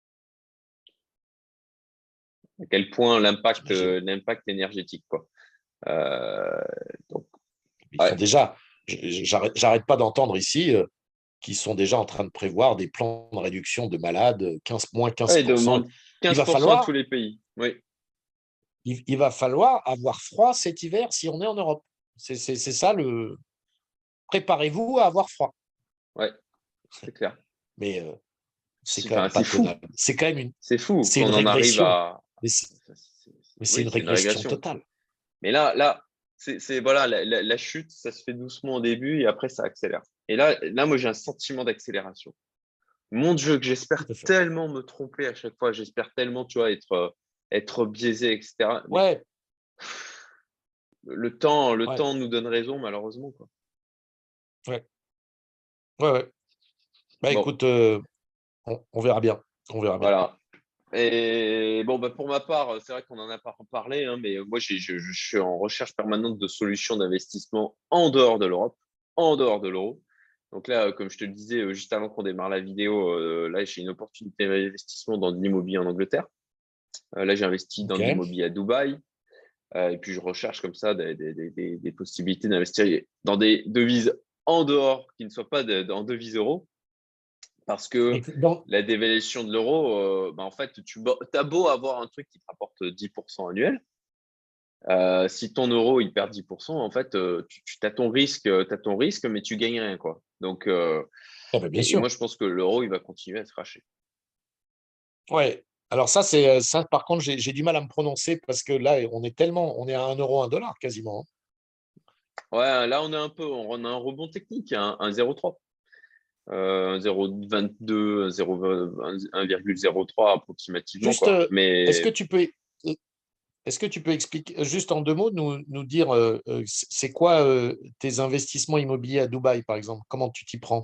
[SPEAKER 1] À quel point l'impact
[SPEAKER 2] J'imagine.
[SPEAKER 1] l'impact énergétique, quoi. Euh, donc,
[SPEAKER 2] Ils sont
[SPEAKER 1] ouais.
[SPEAKER 2] déjà, j- j'arrête j'arrête pas d'entendre ici euh, qu'ils sont déjà en train de prévoir des plans de réduction de malades, quinze, moins
[SPEAKER 1] Ouais, il
[SPEAKER 2] quinze pour cent.
[SPEAKER 1] demande
[SPEAKER 2] Il
[SPEAKER 1] quinze
[SPEAKER 2] va
[SPEAKER 1] pour cent à tous
[SPEAKER 2] falloir,
[SPEAKER 1] les pays. Oui,
[SPEAKER 2] il, il va falloir avoir froid cet hiver si on est en Europe. C'est c'est- c'est ça le. Préparez-vous à avoir froid.
[SPEAKER 1] ouais, c'est clair.
[SPEAKER 2] Mais euh, c'est
[SPEAKER 1] C'est
[SPEAKER 2] quand
[SPEAKER 1] enfin,
[SPEAKER 2] même pas
[SPEAKER 1] c'est fou.
[SPEAKER 2] tenable. C'est quand même une,
[SPEAKER 1] C'est fou
[SPEAKER 2] c'est une
[SPEAKER 1] qu'on en arrive
[SPEAKER 2] régression.
[SPEAKER 1] à.
[SPEAKER 2] Mais c'est
[SPEAKER 1] c'est- c'est-
[SPEAKER 2] mais c'est
[SPEAKER 1] Oui,
[SPEAKER 2] une
[SPEAKER 1] c'est une
[SPEAKER 2] régression
[SPEAKER 1] régression.
[SPEAKER 2] totale.
[SPEAKER 1] Mais là, là, c'est c'est- voilà, la, la- la chute, ça se fait doucement au début et après ça accélère. Et là, là, moi, j'ai un sentiment d'accélération. Mon Dieu, que j'espère
[SPEAKER 2] Tout à fait.
[SPEAKER 1] tellement me tromper à chaque fois. J'espère tellement, tu vois, être, euh, être biaisé, et cetera. Mais
[SPEAKER 2] Ouais,
[SPEAKER 1] le temps, le
[SPEAKER 2] ouais,
[SPEAKER 1] temps nous donne raison, malheureusement, quoi.
[SPEAKER 2] ouais, ouais, ouais. Bah
[SPEAKER 1] Bon,
[SPEAKER 2] écoute, euh, on, on verra bien. On verra bien.
[SPEAKER 1] voilà. Et bon, bah, pour ma part, c'est vrai qu'on en a pas parlé, hein, mais moi, j'ai- je, je suis en recherche permanente de solutions d'investissement en dehors de l'Europe, en dehors de l'euro. Donc là, euh, comme je te le disais euh, juste avant qu'on démarre la vidéo, euh, là, j'ai une opportunité d'investissement dans de l'immobilier en Angleterre. Euh, là, j'ai investi dans
[SPEAKER 2] Ok.
[SPEAKER 1] de l'immobilier à Dubaï. Euh, et puis, je recherche comme ça des, des, des, des- des possibilités d'investir dans des devises en dehors qui ne soient pas de- en devises euros. Parce que
[SPEAKER 2] Et dans-
[SPEAKER 1] la dévaluation de l'euro, euh, bah, en fait, tu as beau avoir un truc qui te rapporte dix pour cent annuel. Euh, si ton euro il perd dix pour cent, en fait, euh, tu, tu as ton risque, t'as ton risque, mais tu gagnes rien, quoi. Donc, euh,
[SPEAKER 2] Ah bah, bien
[SPEAKER 1] et, et moi,
[SPEAKER 2] sûr.
[SPEAKER 1] je pense que l'euro, il va continuer à se cracher.
[SPEAKER 2] Ouais. Alors ça, c'est euh, ça, par contre, j'ai j'ai du mal à me prononcer parce que là, on est tellement, on est à un euro, un dollar quasiment, hein.
[SPEAKER 1] Ouais, là, on a un peu, on a un rebond technique, un, un zéro virgule trois. Euh, un zéro virgule vingt-deux, un zéro virgule zéro trois approximativement,
[SPEAKER 2] Juste,
[SPEAKER 1] quoi.
[SPEAKER 2] euh, est-ce que
[SPEAKER 1] Mais
[SPEAKER 2] tu peux, est-ce que tu peux expliquer, juste en deux mots, nous, nous dire, euh, euh, c'est quoi euh, tes investissements immobiliers à Dubaï, par exemple? Comment tu t'y prends?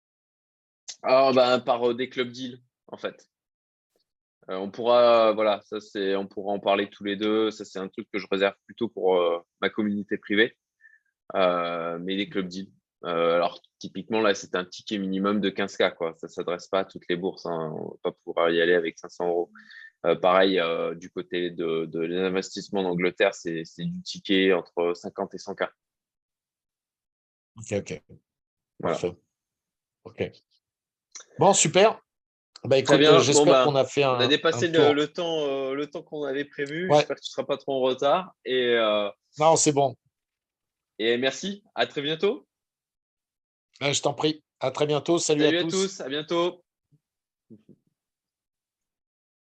[SPEAKER 1] ah, bah, par euh, des club deals, en fait. Euh, on pourra, voilà, ça c'est, on pourra en parler tous les deux. Ça c'est un truc que je réserve plutôt pour euh, ma communauté privée. Euh, mais les club deals. Euh, alors typiquement là, c'est un ticket minimum de quinze K quoi. Ça s'adresse pas à toutes les bourses, hein. On va pas pouvoir y aller avec cinq cents euros. Euh, pareil, euh, du côté de, de l'investissement en Angleterre, c'est c'est du ticket entre cinquante et cent K.
[SPEAKER 2] Ok, ok,
[SPEAKER 1] Voilà.
[SPEAKER 2] parfait. Ok. Bon, super. Bah
[SPEAKER 1] Très
[SPEAKER 2] écoute, euh,
[SPEAKER 1] bien. Bon
[SPEAKER 2] j'espère qu'on
[SPEAKER 1] ben,
[SPEAKER 2] a fait
[SPEAKER 1] on a
[SPEAKER 2] un, un
[SPEAKER 1] dépassé le,
[SPEAKER 2] tour.
[SPEAKER 1] le temps, euh, le temps qu'on avait prévu.
[SPEAKER 2] Ouais,
[SPEAKER 1] J'espère que tu seras pas trop en retard. Et, euh,
[SPEAKER 2] non, c'est bon.
[SPEAKER 1] et merci. À très bientôt.
[SPEAKER 2] Euh, Je t'en prie. À très bientôt. Salut à
[SPEAKER 1] Salut à
[SPEAKER 2] tous.
[SPEAKER 1] tous. À bientôt.